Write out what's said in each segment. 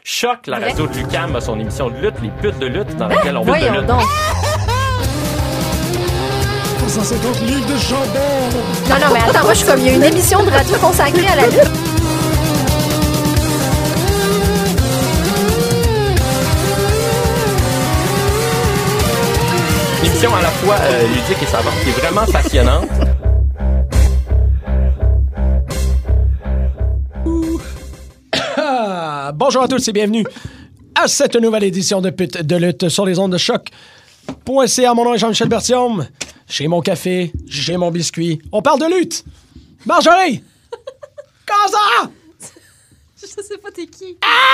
Choc, la radio de Lucam, a son émission de lutte, Les putes de lutte, dans laquelle on lutte de lutte. Donc. 150 livres de jambon! Non, mais attends, moi, je suis comme, il y a une émission de radio consacrée à la lutte. Une émission à la fois ludique et savante, qui est vraiment passionnante. Bonjour à tous et bienvenue à cette nouvelle édition de Pute de lutte sur les ondes de choc.ca. Mon nom est Jean-Michel Berthiaume. J'ai mon café, j'ai mon biscuit. On parle de lutte. Marjorie! Casa! Je sais pas t'es qui.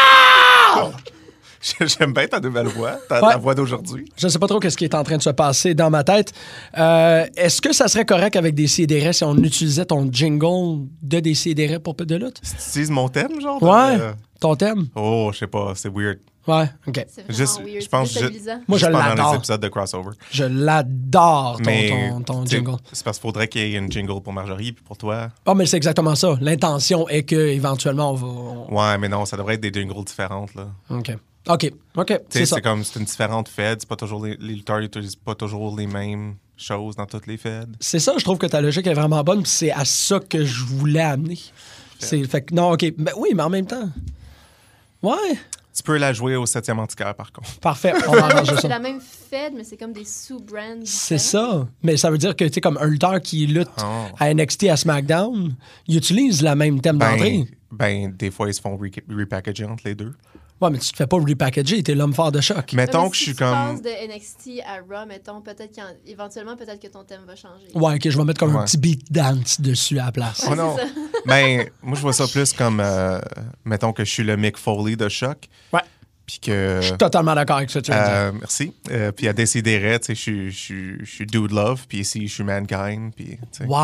Ah! J'aime bien ta nouvelle voix, ta voix d'aujourd'hui. Je sais pas trop ce qui est en train de se passer dans ma tête. Est-ce que ça serait correct avec des CDR si on utilisait ton jingle de des CDR pour Pute de lutte? Si tu utilises mon thème, genre? Ouais, ton thème. Oh, je sais pas, c'est weird. Ouais, OK. C'est vraiment weird. Je pense Moi, je pendant l'adore. les épisodes de crossover. Je l'adore, Mais, ton jingle. C'est parce qu'il faudrait qu'il y ait une jingle pour Marjorie puis pour toi. Ah, mais c'est exactement ça. L'intention est qu'éventuellement, on va... Ouais, mais non, ça devrait être des jingles différentes, là. OK, C'est ça. c'est une différente fed. C'est pas toujours les lutteurs n'utilisent pas toujours les mêmes choses dans toutes les feds. C'est ça, je trouve que ta logique est vraiment bonne, puis c'est à ça que je voulais amener. Fait que non, OK. Ben oui, mais en même temps... Ouais. Tu peux la jouer au 7e antiquaire, par contre. Parfait, on va arranger C'est ça. la même Fed, mais c'est comme des sous-brands. C'est ça. Mais ça veut dire que, tu sais, comme un lutteur qui lutte à NXT, à SmackDown, il utilise le même thème d'entrée. Des fois, ils se font repackager entre les deux. Ouais, mais tu te fais pas repackager, t'es l'homme fort de choc. Mettons que je suis Si tu comme... passes de NXT à Raw, mettons, peut-être éventuellement, peut-être que ton thème va changer. Ouais, OK, je vais mettre comme un Ouais. petit beat dance dessus à la place. Oh non. Ben, moi, je vois ça plus comme... mettons que je suis le Mick Foley de Choc. Ouais. Puis que... Je suis totalement d'accord avec ça, tu veux dire. Merci. Puis à Décideret, tu sais, je suis Dude Love. Puis ici, je suis Mankind. Puis, tu sais,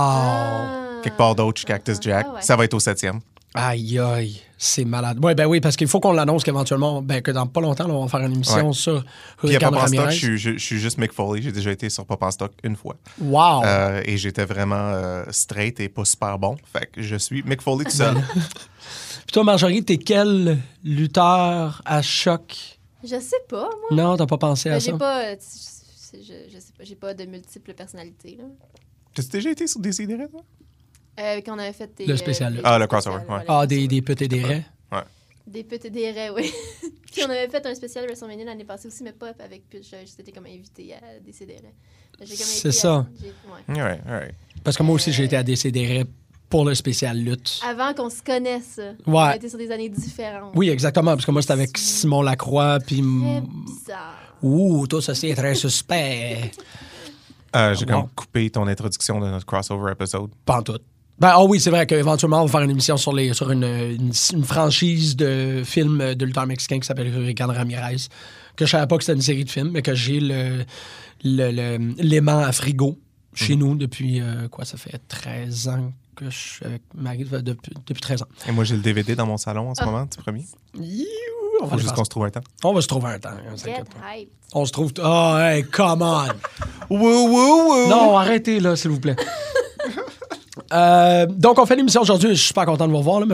Wow! quelque part d'autre, je suis Cactus Jack. Ah ouais. Ça va être au 7e. Aïe, aïe, c'est malade. Ouais, ben oui, parce qu'il faut qu'on l'annonce qu'éventuellement, que dans pas longtemps, là, on va faire une émission sur Puis à Hurricane Pop en Stock, Ramirez. je suis juste Mick Foley. J'ai déjà été sur Pop en Stock une fois. Wow! Et j'étais vraiment straight et pas super bon. Fait que je suis Mick Foley tout seul. Puis toi, Marjorie, t'es quel lutteur à choc? Je sais pas, moi. Non, t'as pas pensé à Mais ça? j'ai pas... je sais pas, j'ai pas de multiples personnalités, là. T'as-tu déjà été sur Décideret, toi? Quand on avait fait des... Le spécial, là. Ah, le crossover, spécial, ouais. voilà, Ah, des petits et des raies? Ouais. Des petits des raies, oui. Puis on avait fait un spécial WrestleMania l'année passée aussi, mais pas avec Pitch. J'étais comme invité à décider. C'est ça. All right. Parce que moi aussi, j'ai été à Décideret pour le spécial lutte. Avant qu'on se connaisse. On Ouais. a été sur des années différentes. Oui, exactement, parce que moi, c'était avec Simon Lacroix, puis... Très bizarre. Ouh, tout ceci est très suspect. J'ai comme coupé ton introduction de notre crossover episode. Pas en tout. Ben, oui, c'est vrai qu'éventuellement, on va faire une émission sur une franchise de films de lutteurs mexicains qui s'appelle Hurricane Ramirez, que je savais pas que c'était une série de films, mais que j'ai l'aimant à frigo chez nous depuis, ça fait 13 ans que je suis avec Marie, depuis 13 ans. Et moi, j'ai le DVD dans mon salon en ce moment, tu promis? On Faut juste qu'on se trouve un temps. On va se trouver un temps. On Get s'inquiète pas. hyped. On se trouve... Oh, hey, come on! Wouh! Non, arrêtez, là, s'il vous plaît. Donc, on fait l'émission aujourd'hui. Je suis super content de vous revoir, là, mais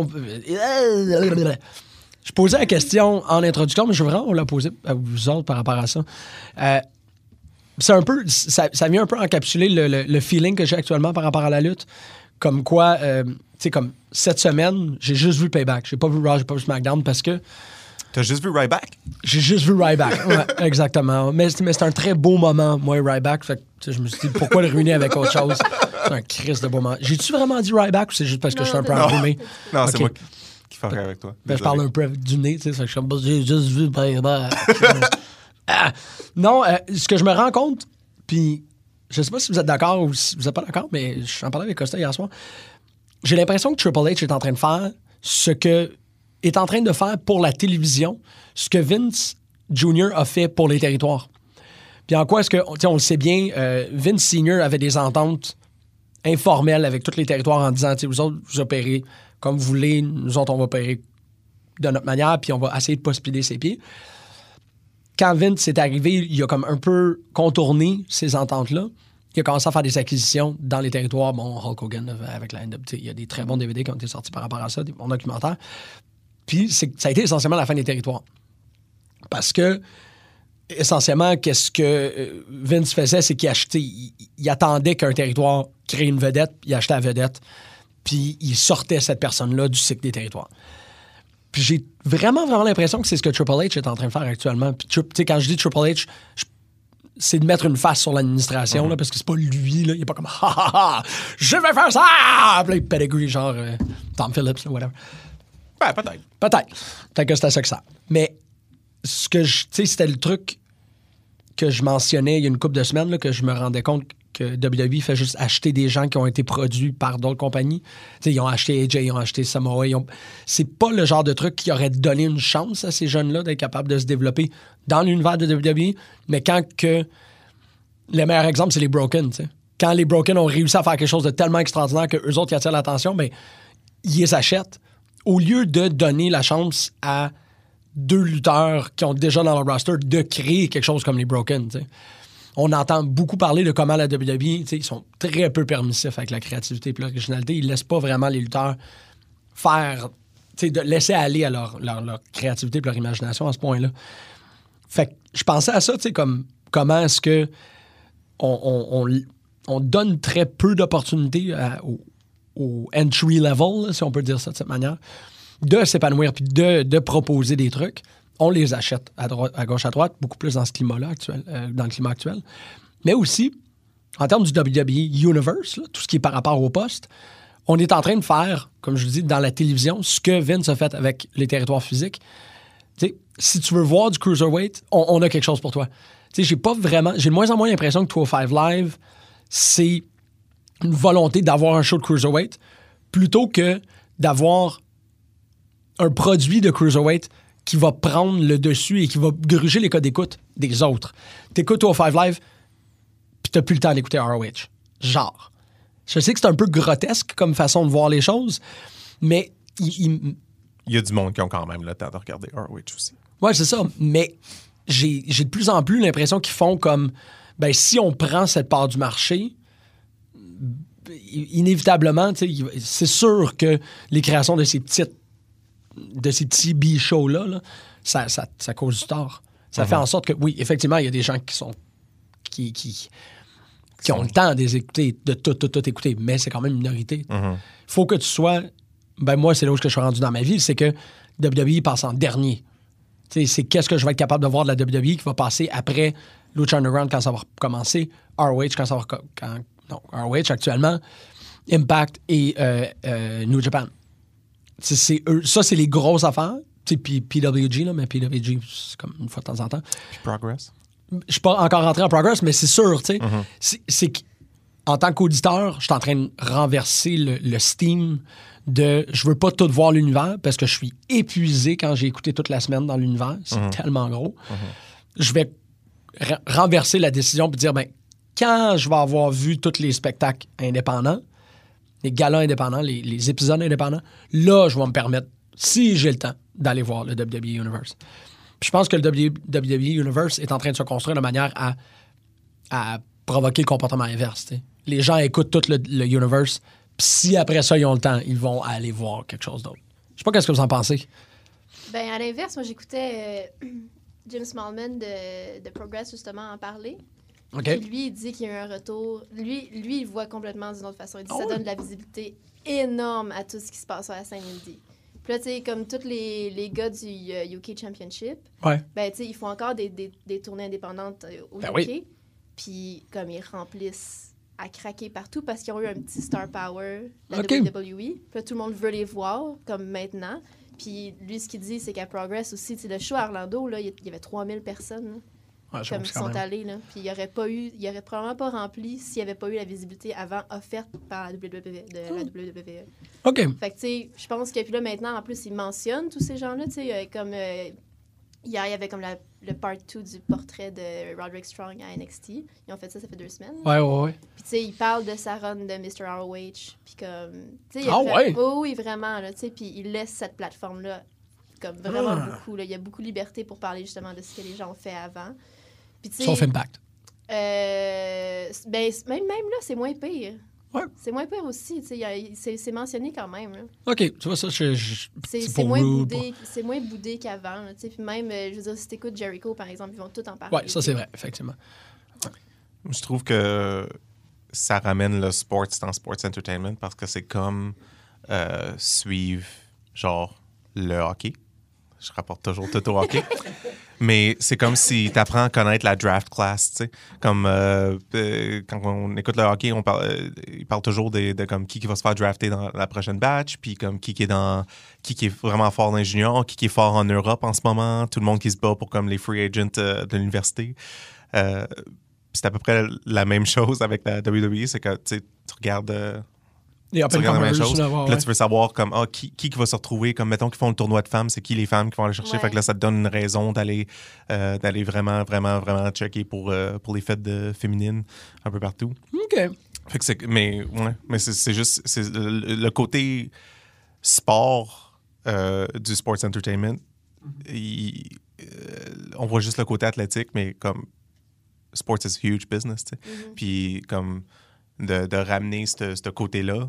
je posais la question en introduction, mais je veux vraiment la poser à vous autres par rapport à ça. C'est un peu... Ça vient un peu encapsuler le feeling que j'ai actuellement par rapport à la lutte. Comme quoi, tu sais, comme cette semaine, j'ai juste vu Payback. J'ai pas vu Raw, j'ai pas vu SmackDown parce que... T'as juste vu Ryback? J'ai juste vu Ryback. Ouais, exactement. Mais c'est un très beau moment, moi, Ryback. Fait que, tu sais, je me suis dit, pourquoi le ruiner avec autre chose? C'est un Christ de beau moment. J'ai-tu vraiment dit Ryback ou c'est juste parce que je suis un peu enrhumé? Non, c'est Ok. moi qui ferai avec toi. Ben, je parle un peu du nez, tu sais. Fait que je suis comme, j'ai juste vu Payback. Non, ce que je me rends compte, puis je sais pas si vous êtes d'accord ou si vous êtes pas d'accord, mais j'en parlais avec Costa hier soir. J'ai l'impression que Triple H est en train de faire ce que est en train de faire pour la télévision, ce que Vince Jr. a fait pour les territoires. Puis en quoi est-ce que, tu sais, on le sait bien, Vince Sr. avait des ententes informelles avec tous les territoires en disant, tu sais, vous autres, vous opérez comme vous voulez, nous autres, on va opérer de notre manière, puis on va essayer de pas se piler ses pieds. Quand Vince est arrivé, il a comme un peu contourné ces ententes-là. Il a commencé à faire des acquisitions dans les territoires. Bon, Hulk Hogan avec la NWT, il y a des très bons DVD qui ont été sortis par rapport à ça, des bons documentaires. Puis ça a été essentiellement la fin des territoires. Parce que, essentiellement, qu'est-ce que Vince faisait, c'est qu'il achetait, il attendait qu'un territoire crée une vedette, puis il achetait la vedette, puis il sortait cette personne-là du cycle des territoires. Puis j'ai vraiment, vraiment l'impression que c'est ce que Triple H est en train de faire actuellement. Puis tu sais, quand je dis Triple H, c'est de mettre une face sur l'administration, là, parce que c'est pas lui, là. Il est pas comme « Ha ha ha! Je vais faire ça! » Puis là, il pedigree, genre Tom Phillips, là, whatever. Ben, peut-être. Peut-être que c'était ça que ça. Mais ce que tu sais, c'était le truc que je mentionnais il y a une couple de semaines, là, que je me rendais compte que WWE fait juste acheter des gens qui ont été produits par d'autres compagnies. T'sais, ils ont acheté AJ, ils ont acheté Samoa. C'est pas le genre de truc qui aurait donné une chance à ces jeunes-là d'être capables de se développer dans l'univers de WWE. Mais quand que... Le meilleur exemple, c'est les Broken. T'sais. Quand les Broken ont réussi à faire quelque chose de tellement extraordinaire qu'eux autres, ils attirent l'attention, ben, ils les achètent. Au lieu de donner la chance à 2 lutteurs qui ont déjà dans leur roster de créer quelque chose comme les Broken. T'sais. On entend beaucoup parler de comment la WWE, ils sont très peu permissifs avec la créativité et l'originalité. Ils ne laissent pas vraiment les lutteurs faire, de laisser aller à leur créativité et leur imagination à ce point-là. Fait que je pensais à ça, comme comment est-ce que on donne très peu d'opportunités au entry level, là, si on peut dire ça de cette manière, de s'épanouir puis de proposer des trucs. On les achète à gauche, à droite, beaucoup plus dans ce climat-là actuel, dans le climat actuel. Mais aussi, en termes du WWE Universe, là, tout ce qui est par rapport au poste, on est en train de faire, comme je vous dis, dans la télévision, ce que Vince a fait avec les territoires physiques. T'sais, si tu veux voir du Cruiserweight, on a quelque chose pour toi. T'sais, j'ai de moins en moins l'impression que 205 Live, c'est une volonté d'avoir un show de Cruiserweight plutôt que d'avoir un produit de Cruiserweight qui va prendre le dessus et qui va gruger les codes d'écoute des autres. T'écoutes 205 Live, puis t'as plus le temps d'écouter ROH. Genre. Je sais que c'est un peu grotesque comme façon de voir les choses, mais il y a du monde qui ont quand même le temps de regarder ROH aussi. Ouais, c'est ça. Mais j'ai de plus en plus l'impression qu'ils font comme... Ben, si on prend cette part du marché, inévitablement, c'est sûr que les créations de ces petits B-shows-là, là, ça cause du tort. Ça fait en sorte que, oui, effectivement, il y a des gens qui ont le temps d'écouter, de tout écouter, mais c'est quand même une minorité. Il faut que tu sois... Ben moi, c'est là où je suis rendu dans ma vie, c'est que WWE passe en dernier. T'sais, c'est qu'est-ce que je vais être capable de voir de la WWE qui va passer après Lucha Underground quand ça va commencer, ROH quand ça va... ROH actuellement, Impact et New Japan. Ça, c'est les grosses affaires. Puis PWG, là, mais PWG, c'est comme une fois de temps en temps. Puis Progress. Je suis pas encore rentré en Progress, mais c'est sûr, tu sais. C'est qu'en tant qu'auditeur, je suis en train de renverser le steam de je veux pas tout voir l'univers parce que je suis épuisé quand j'ai écouté toute la semaine dans l'univers. C'est tellement gros. Je vais renverser la décision et dire, ben, quand je vais avoir vu tous les spectacles indépendants, les galas indépendants, les épisodes indépendants, là, je vais me permettre, si j'ai le temps, d'aller voir le WWE Universe. Puis je pense que le WWE Universe est en train de se construire de manière à provoquer le comportement inverse. T'sais. Les gens écoutent tout le Universe, puis si après ça, ils ont le temps, ils vont aller voir quelque chose d'autre. Je sais pas qu'est-ce que vous en pensez. Ben, à l'inverse, moi, j'écoutais Jim Smallman de Progress, justement, en parler. Okay. Puis lui, il dit qu'il y a eu un retour. Lui, il voit complètement d'une autre façon. Il dit que ça donne de la visibilité énorme à tout ce qui se passe sur la scène indie. Puis là, tu sais, comme tous les gars du UK Championship, ben, tu sais, ils font encore des tournées indépendantes au UK. Oui. Puis, comme ils remplissent à craquer partout parce qu'ils ont eu un petit star power, la WWE. Puis là, tout le monde veut les voir, comme maintenant. Puis lui, ce qu'il dit, c'est qu'à Progress aussi, tu sais, le show à Orlando, là, il y avait 3000 personnes. Là. Ouais, comme ils sont allés, là. Puis il aurait probablement pas rempli s'il n'y avait pas eu la visibilité avant offerte par la WWE. OK. Fait que, tu sais, je pense que, puis là, maintenant, en plus, ils mentionnent tous ces gens-là, tu sais, comme hier, il y avait comme le part 2 du portrait de Roderick Strong à NXT. Ils ont fait ça fait 2 semaines. Ouais. Puis, tu sais, ils parlent de sa run de Mr. ROH. Puis, comme, tu sais, oui, vraiment, là, tu sais, puis ils laissent cette plateforme-là, comme vraiment beaucoup, là. Il y a beaucoup de liberté pour parler, justement, de ce que les gens ont fait avant. Puis, Sauf Impact. Ben, même là, c'est moins pire. Ouais. C'est moins pire aussi, tu sais, c'est mentionné quand même. Là. OK, tu vois ça, C'est moins boudé qu'avant. Tu sais, puis même, je veux dire, si t'écoutes Jericho, par exemple, ils vont tout en parler. Oui, ça, c'est vrai, effectivement. Je trouve que ça ramène le sports dans sports entertainment parce que c'est comme suivre, genre, le hockey. Je rapporte toujours tout au hockey. Mais c'est comme si tu apprends à connaître la draft class, tu sais. Comme quand on écoute le hockey, il parle toujours de comme qui va se faire drafter dans la prochaine batch, puis comme qui est vraiment fort dans les juniors, qui est fort en Europe en ce moment, tout le monde qui se bat pour comme les free agents de l'université. C'est à peu près la même chose avec la WWE, c'est que tu regardes... Et tu regardes la même chose. Puis là, tu veux savoir comme, qui va se retrouver. Comme, mettons qu'ils font le tournoi de femmes, c'est qui les femmes qui vont aller chercher. Ouais. Fait que là, ça te donne une raison d'aller vraiment, vraiment, vraiment checker pour les fêtes féminines un peu partout. OK. Fait que mais c'est juste le côté sport du sports entertainment. On voit juste le côté athlétique, mais comme sports is a huge business, tu sais. Puis comme de ramener ce côté-là,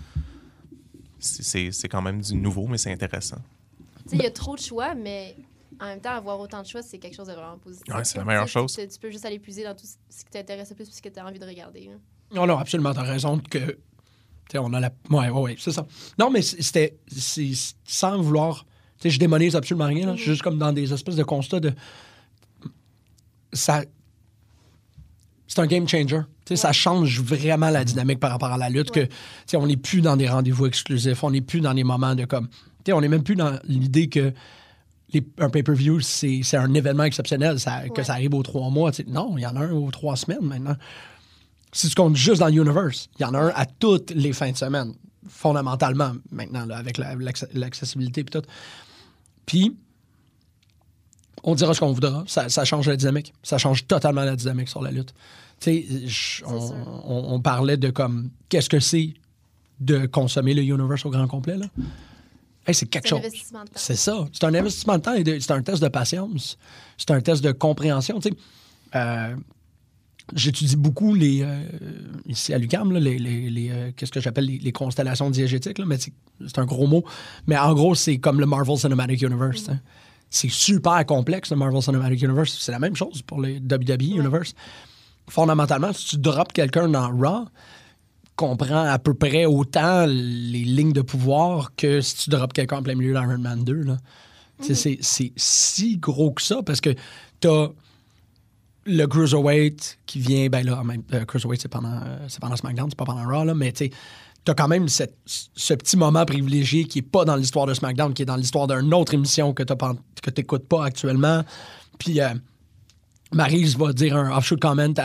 c'est quand même du nouveau, mais c'est intéressant. Tu sais, il y a trop de choix, mais en même temps, avoir autant de choix, c'est quelque chose de vraiment positif. Ouais, c'est la meilleure chose. Tu peux juste aller puiser dans tout ce qui t'intéresse le plus et ce que tu as envie de regarder. Là. Non, absolument, t'as raison que... on a la... Ouais, c'est ça. Non, mais c'est sans vouloir... Tu sais, je démonise absolument rien, là. Je suis juste comme dans des espèces de constats de... Ça... C'est un game changer. Ouais. Ça change vraiment la dynamique par rapport à la lutte. Ouais. Que on n'est plus dans des rendez-vous exclusifs. On n'est plus dans des moments de comme... On n'est même plus dans l'idée que un pay-per-view, c'est un événement exceptionnel, que ça arrive aux 3 mois. Non, il y en a un aux 3 semaines maintenant. Si tu comptes juste dans l'Universe, il y en a un à toutes les fins de semaine, fondamentalement, maintenant, là, avec l'accessibilité et tout. Puis, on dira ce qu'on voudra. Ça change la dynamique. Ça change totalement la dynamique sur la lutte. Tu sais, on parlait de comme, qu'est-ce que c'est de consommer le Universe au grand complet, là? Hey, c'est quelque chose. C'est un investissement de temps. C'est ça. C'est un investissement de temps et c'est un test de patience. C'est un test de compréhension. Tu sais, j'étudie beaucoup ici à l'UQAM, qu'est-ce que j'appelle les constellations diégétiques, là, mais c'est un gros mot. Mais en gros, c'est comme le Marvel Cinematic Universe. Hein. C'est super complexe, le Marvel Cinematic Universe. C'est la même chose pour le WWE Universe. Fondamentalement, si tu drops quelqu'un dans Raw, comprend à peu près autant les lignes de pouvoir que si tu drops quelqu'un en plein milieu d'Iron Man 2. Là. C'est si gros que ça parce que t'as le Cruiserweight qui vient, ben là, même, Cruiserweight, c'est pendant SmackDown, c'est pas pendant Raw, là, mais tu sais, t'as quand même ce petit moment privilégié qui est pas dans l'histoire de SmackDown, qui est dans l'histoire d'une autre émission que t'écoutes pas actuellement. Puis Maryse va dire un offshoot comment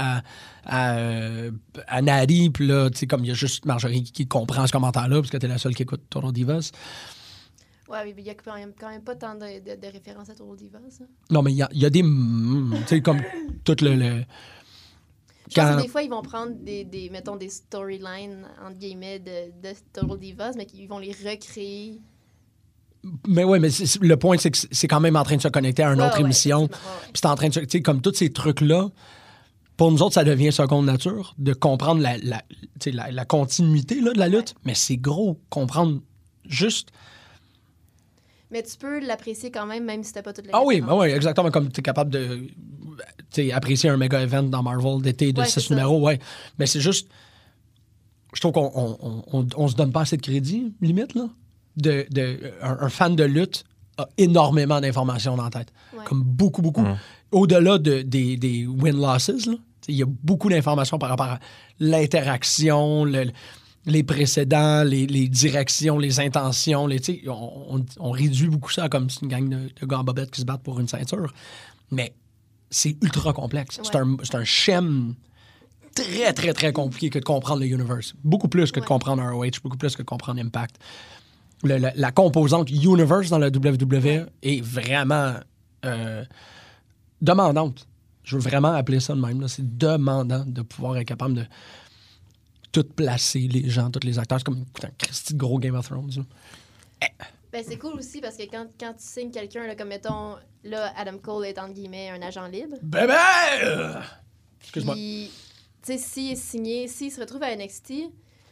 à Natty, puis là, tu sais, comme il y a juste Marjorie qui comprend ce commentaire-là, parce que t'es la seule qui écoute Total Divas. Ouais, mais il y a quand même pas tant de références à Total Divas. Hein. Non, mais il y a des... tu sais, comme tout le... Je pense que des fois, ils vont prendre mettons, des storylines, entre guillemets, de Total Divas, mais qu'ils vont les recréer. Mais oui, mais le point, c'est que c'est quand même en train de se connecter à une autre émission. Puis c'est en train de se... Tu sais, comme tous ces trucs-là, pour nous autres, ça devient seconde nature de comprendre la continuité là, de la lutte. Mais c'est gros, comprendre juste... Mais tu peux l'apprécier quand même si t'as pas toute la oui, exactement. Comme tu es capable de apprécier un méga event dans Marvel d'été de 6 numéros. Ouais. Mais c'est juste... Je trouve qu'on se donne pas assez de crédit, limite, là. Un fan de lutte a énormément d'informations dans la tête. Ouais. Comme beaucoup. Au-delà des win-losses, il y a beaucoup d'informations par rapport à l'interaction, les précédents, les directions, les intentions. On réduit beaucoup ça comme une gang de gars en bobette qui se battent pour une ceinture. Mais c'est ultra complexe. Ouais. C'est un schème très, très, très compliqué que de comprendre le Universe. Beaucoup plus que de comprendre ROH, beaucoup plus que de comprendre Impact. La composante Universe dans la WWE est vraiment demandante. Je veux vraiment appeler ça de même. Là. C'est demandant de pouvoir être capable de tout placer, les gens, tous les acteurs. C'est comme un Christy de gros Game of Thrones. Là. Ben, c'est cool aussi parce que quand tu signes quelqu'un, là, comme mettons, là, Adam Cole est entre guillemets un agent libre. Bébé! Excuse-moi. Puis, tu sais, s'il est signé, s'il se retrouve à NXT,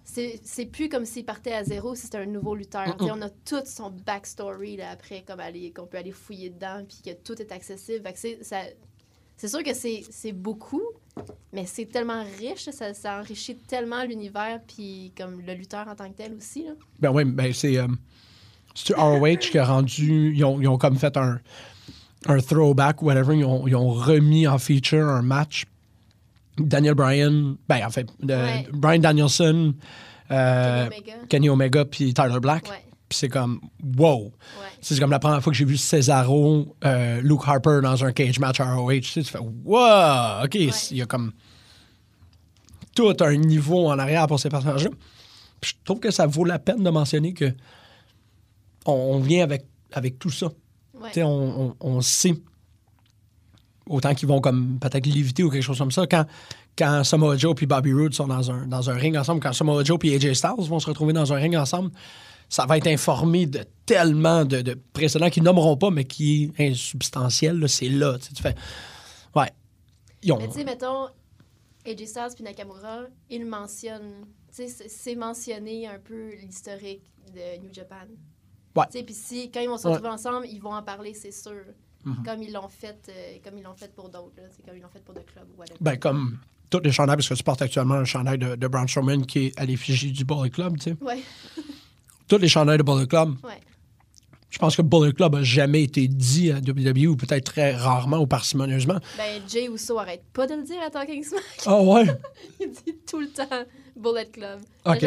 c'est plus comme s'il partait à zéro si c'était un nouveau lutteur. On a tout son backstory là, après, qu'on peut aller fouiller dedans, puis que tout est accessible. Fait que c'est sûr que c'est beaucoup, mais c'est tellement riche, ça enrichit tellement l'univers, puis comme le lutteur en tant que tel aussi. Là. Ben oui, ben c'est ROH qui a rendu... Ils ont comme fait un throwback, whatever. Ils ont remis en feature un match. Daniel Bryan, ben en fait, Bryan Danielson, Kenny Omega, puis Tyler Black. Ouais. Puis c'est comme, wow! Ouais. C'est comme la première fois que j'ai vu Cesaro, Luke Harper dans un cage match à ROH. Tu fais, wow! OK, il y a comme tout un niveau en arrière pour ces personnages-là. Puis je trouve que ça vaut la peine de mentionner que on vient avec tout ça. Ouais. Tu sais, on sait autant qu'ils vont comme peut-être l'éviter ou quelque chose comme ça. Quand Samoa Joe et Bobby Roode sont dans un ring ensemble, quand Samoa Joe et AJ Styles vont se retrouver dans un ring ensemble, ça va être informé de tellement de précédents qu'ils nommeront pas, mais qui est insubstantiel. Là, c'est là. Tu fais... Ouais. Mais tu sais, mettons, AJ Styles et Nakamura, ils mentionnent... Tu sais, c'est mentionné un peu l'historique de New Japan. Ouais. Tu sais, puis quand ils vont se retrouver ensemble, ils vont en parler, c'est sûr. Mm-hmm. Comme ils l'ont fait pour d'autres. Là. C'est comme ils l'ont fait pour The Club ou whatever. Ben, comme tous les chandails, parce que tu portes actuellement un chandail de Braun Strowman qui est à l'effigie du Bullet Club, tu sais. Oui. Tous les chandails de Bullet Club. Oui. Je pense que Bullet Club n'a jamais été dit à WWE, ou peut-être très rarement ou parcimonieusement. Ben, Jay Uso arrête pas de le dire à Talking Smack. Ah ouais? Il dit tout le temps Bullet Club. OK.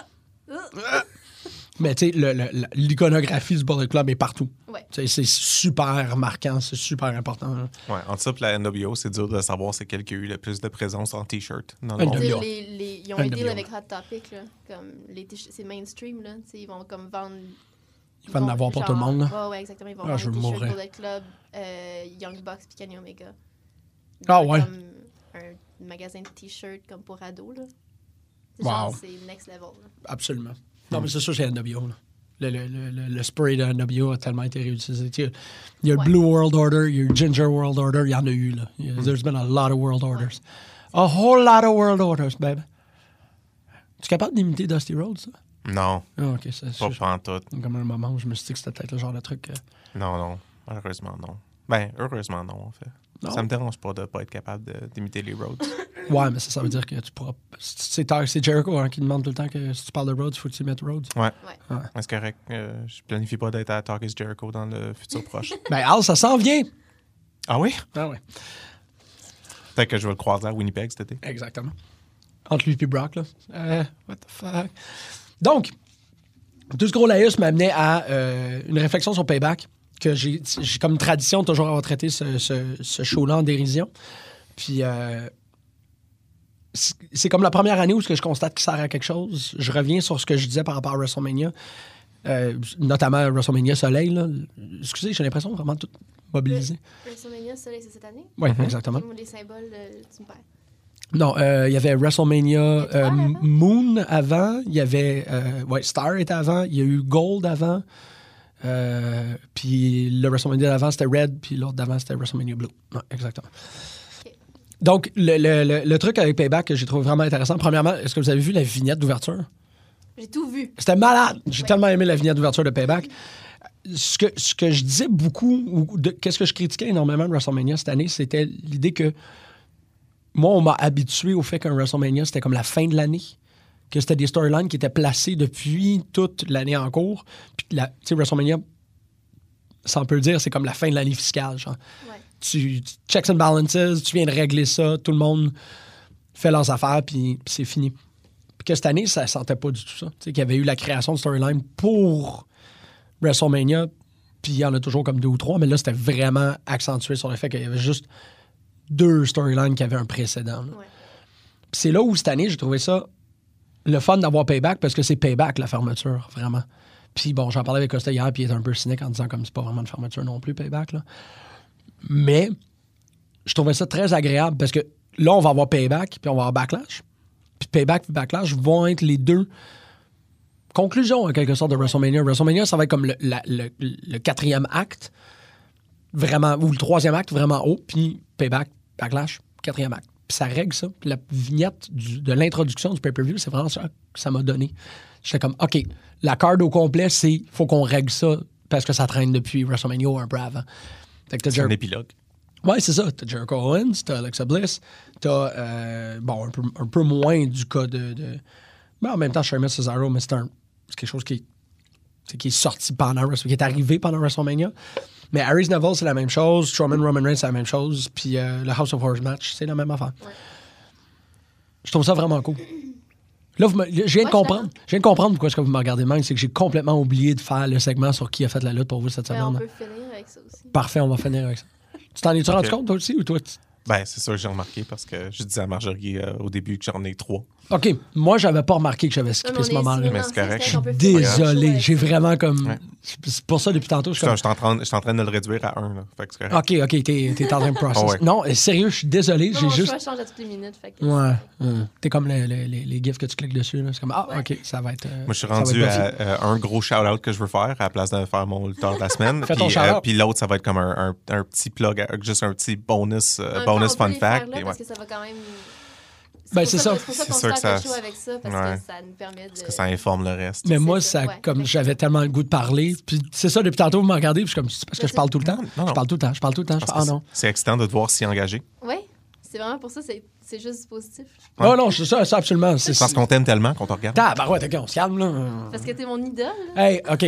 Mais tu sais, l'iconographie du Bullet Club est partout. Ouais. C'est super marquant, c'est super important. Hein. Ouais, entre ça et la NWO, c'est dur de savoir c'est quel qui a eu le plus de présence en T-shirt dans le monde. Ils ont un deal avec Hot Topic, là, comme c'est mainstream, là, ils vont comme vendre... Ils vont en avoir pour tout le monde. Oui, exactement. Ils vont vendre des t-shirts Bullet Club, Young Bucks puis Kenny Omega. Ouais. Comme un magasin de t-shirts comme pour ados, là. Genre, c'est next level. Là. Absolument. Non, mais c'est sûr, c'est NWO. Là. Le spray de NWO a tellement été réutilisé. Il y a le Blue World Order, il y a eu Ginger World Order, il y en a eu. Là. There's been a lot of World Orders. A whole lot of World Orders, baby. Tu es capable d'imiter Dusty Rhodes, ça? Non. Ah, OK. Pas en tout. Comme un moment où je me suis dit que c'était peut-être le genre de truc... Non. Malheureusement, non. Ben, heureusement, non, en fait. Non. Ça me dérange pas de pas être capable d'imiter les Rhodes. Ouais, mais ça veut dire que tu pourras... C'est Jericho qui demande tout le temps que si tu parles de Rhodes, il faut que tu mettes Rhodes. Ouais. C'est correct. Je planifie pas d'être à Talk is Jericho dans le futur proche. Ben, Al, ça s'en vient! Ah oui? Ah oui. Peut-être que je vais le croiser à Winnipeg cet été. Exactement. Entre lui et Brock, là. What the fuck? Donc, tout ce gros laïus m'amenait à une réflexion sur Payback, que j'ai comme tradition toujours avoir traité ce show-là en dérision. Puis, c'est comme la première année où je constate qu'il sert à quelque chose. Je reviens sur ce que je disais par rapport à WrestleMania, notamment WrestleMania Soleil. Là. Excusez, j'ai l'impression de vraiment tout mobiliser. WrestleMania Soleil, c'est cette année? Oui, exactement. Les symboles, tu me perds. Non, il y avait WrestleMania Moon avant. Il y avait... Star était avant. Il y a eu Gold avant. Puis le WrestleMania d'avant, c'était Red. Puis l'autre d'avant, c'était WrestleMania Blue. Ouais, exactement. Okay. Donc, le truc avec Payback que j'ai trouvé vraiment intéressant, premièrement, est-ce que vous avez vu la vignette d'ouverture? J'ai tout vu. C'était malade. J'ai tellement aimé la vignette d'ouverture de Payback. Ce que je disais beaucoup, qu'est-ce que je critiquais énormément de WrestleMania cette année, c'était l'idée que moi, on m'a habitué au fait qu'un WrestleMania, c'était comme la fin de l'année, que c'était des storylines qui étaient placées depuis toute l'année en cours. Puis, tu sais, WrestleMania, ça on peut le dire, c'est comme la fin de l'année fiscale. Genre. Ouais. Tu checks and balances, tu viens de régler ça, tout le monde fait leurs affaires, puis c'est fini. Puis que cette année, ça ne sentait pas du tout ça. Tu sais, qu'il y avait eu la création de storyline pour WrestleMania, puis il y en a toujours comme 2 ou 3, mais là, c'était vraiment accentué sur le fait qu'il y avait juste 2 storylines qui avaient un précédent. Ouais. Puis c'est là où, cette année, j'ai trouvé ça le fun d'avoir Payback, parce que c'est Payback, la fermeture, vraiment. Puis bon, j'en parlais avec Costa hier, puis il était un peu cynique en disant comme c'est pas vraiment une fermeture non plus, Payback, là. Mais je trouvais ça très agréable, parce que là, on va avoir Payback, puis on va avoir Backlash. Puis Payback et Backlash vont être les 2 conclusions, en quelque sorte, de WrestleMania. WrestleMania, ça va être comme le 4e acte, vraiment, ou le 3e acte, vraiment haut, puis Payback, Backlash, 4e acte. Puis ça règle ça. Puis la vignette de l'introduction du pay-per-view, c'est vraiment ça que ça m'a donné. J'étais comme, OK, la card au complet, c'est faut qu'on règle ça parce que ça traîne depuis WrestleMania ou un peu avant. Fait que C'est un épilogue. Ouais, c'est ça. T'as Jericho Owens, t'as Alexa Bliss, t'as, un peu moins du cas de... Mais en même temps, Sheamus Cesaro, mais c'est quelque chose qui est sorti pendant WrestleMania, qui est arrivé pendant WrestleMania. Mais Harris Neville, c'est la même chose. Strowman, Roman Reigns, c'est la même chose. Puis le House of Horrors match, c'est la même affaire. Ouais. Je trouve ça vraiment cool. Là, je viens de comprendre. Je viens de comprendre pourquoi est-ce que vous me regardez mal. C'est que j'ai complètement oublié de faire le segment sur qui a fait la lutte pour vous cette semaine. On peut finir avec ça aussi. Parfait, on va finir avec ça. Tu t'en es-tu rendu compte, toi aussi, ou toi? Ben, c'est sûr que j'ai remarqué parce que je disais à Marjorie au début que j'en ai 3. OK. Moi, j'avais pas remarqué que j'avais skippé ce moment-là. Mais c'est correct. Je suis désolé. J'ai vraiment comme... Ouais. C'est pour ça, depuis tantôt, je suis en train de le réduire à 1. Là. Fait que c'est correct. OK. T'es en train de process. Oh, ouais. Non, sérieux, je suis désolé. Non, j'ai juste... change à toutes les minutes. Fait que... Ouais. T'es comme les gifs que tu cliques dessus. Là. C'est comme, OK, ça va être... Moi, je suis rendu à un gros shout-out que je veux faire à la place de faire mon lutteur de la semaine. Fais ton shout-out. Puis l'autre, ça va être comme un petit plug, juste un petit bonus fun fact. Parce que ça va quand même... Ben, c'est ça. C'est pour ça qu'on fait chaud avec ça, parce que ça nous permet de... Parce que ça informe le reste. Mais moi, comme j'avais tellement le goût de parler, puis c'est ça, depuis tantôt, vous me regardez, puis je suis comme, c'est parce que je parle tout le temps. Non. Je parle tout le temps. Non. C'est excitant de te voir s'y engager. Oui, c'est vraiment pour ça, c'est juste positif. Ouais. Non, c'est ça, absolument. C'est parce qu'on t'aime tellement qu'on te regarde. Ben ouais, on se calme, là. Parce que t'es mon idole. Hey, OK.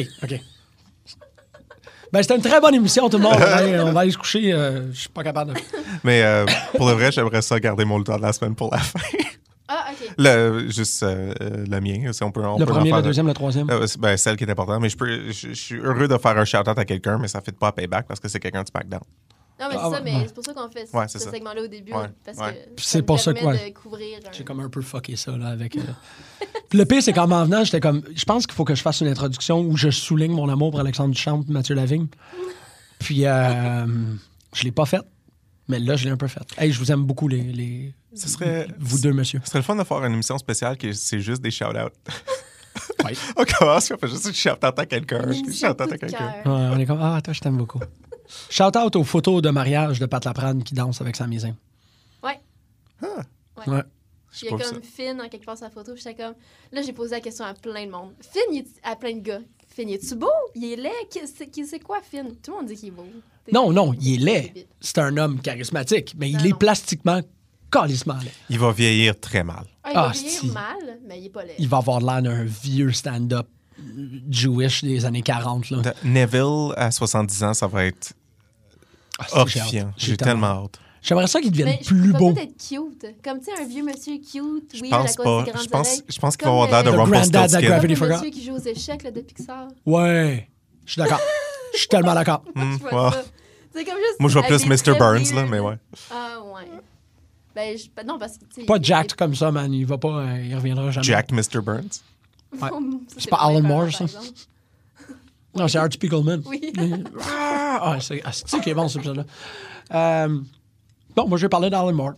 Ben, c'était une très bonne émission, tout le monde. On va aller se coucher. Je suis pas capable de... Mais pour le vrai, j'aimerais ça garder mon lutteur de la semaine pour la fin. Ah, OK. Le mien. Si on peut, le premier, le deuxième, le troisième. Ben, celle qui est importante. Mais je suis heureux de faire un shout-out à quelqu'un, mais ça ne fait pas à Payback parce que c'est quelqu'un du SmackDown. Non, mais c'est ça, mais c'est pour ça qu'on fait ce segment-là au début. Parce que c'est pour ça que de couvrir... J'ai comme un peu fucké ça, là, avec... Puis le pire, c'est qu'en m'en venant, j'étais comme... Je pense qu'il faut que je fasse une introduction où je souligne mon amour pour Alexandre Duchamp et Mathieu Lavigne. Puis je l'ai pas faite, mais là, je l'ai un peu faite. Hey, je vous aime beaucoup, vous deux, monsieur. Ce serait le fun de faire une émission spéciale qui c'est juste des shout-outs. Oui. On commence, on fait juste shout-out à quelqu'un. Ouais, on est comme, toi, je t'aime beaucoup. Shout-out aux photos de mariage de Pat Laprade qui danse avec sa misaine. Ouais. Ouais. Il y a comme Finn en quelque part sa photo. J'étais comme... Là, j'ai posé la question à plein de monde. Finn, à plein de gars. Finn, est-tu beau? Il est laid? C'est quoi, Finn? Tout le monde dit qu'il est beau. Non, il est laid. C'est un homme charismatique, mais il est plastiquement calissement laid. Il va vieillir très mal. Il va vieillir mal, mais il est pas laid. Il va avoir l'air d'un vieux stand-up Jewish des années 40. Là. Neville, à 70 ans, ça va être horrifiant. J'ai tellement hâte. J'aimerais ça qu'il devienne plus beau. Peut-être cute. Comme, tu sais, un vieux monsieur cute. Je pense pas. Je pense qu'il va avoir l'air de Rumpelstiltskin. Comme le monsieur qui joue aux échecs là, de Pixar. Ouais. Je suis d'accord. Je suis tellement d'accord. C'est comme juste... Moi, je vois plus Mr. Burns, là, mais ouais. Ah, ouais. Ben, non, parce que... Pas Jack comme ça, man. Il va pas... il reviendra jamais. Jack Mr. Burns? Ouais. C'est pas Alan Moore, ça? Non, c'est Art Spiegelman. Oui. C'est qui est bon, ce épisode-là. Bon, moi, je vais parler d'Alan Moore.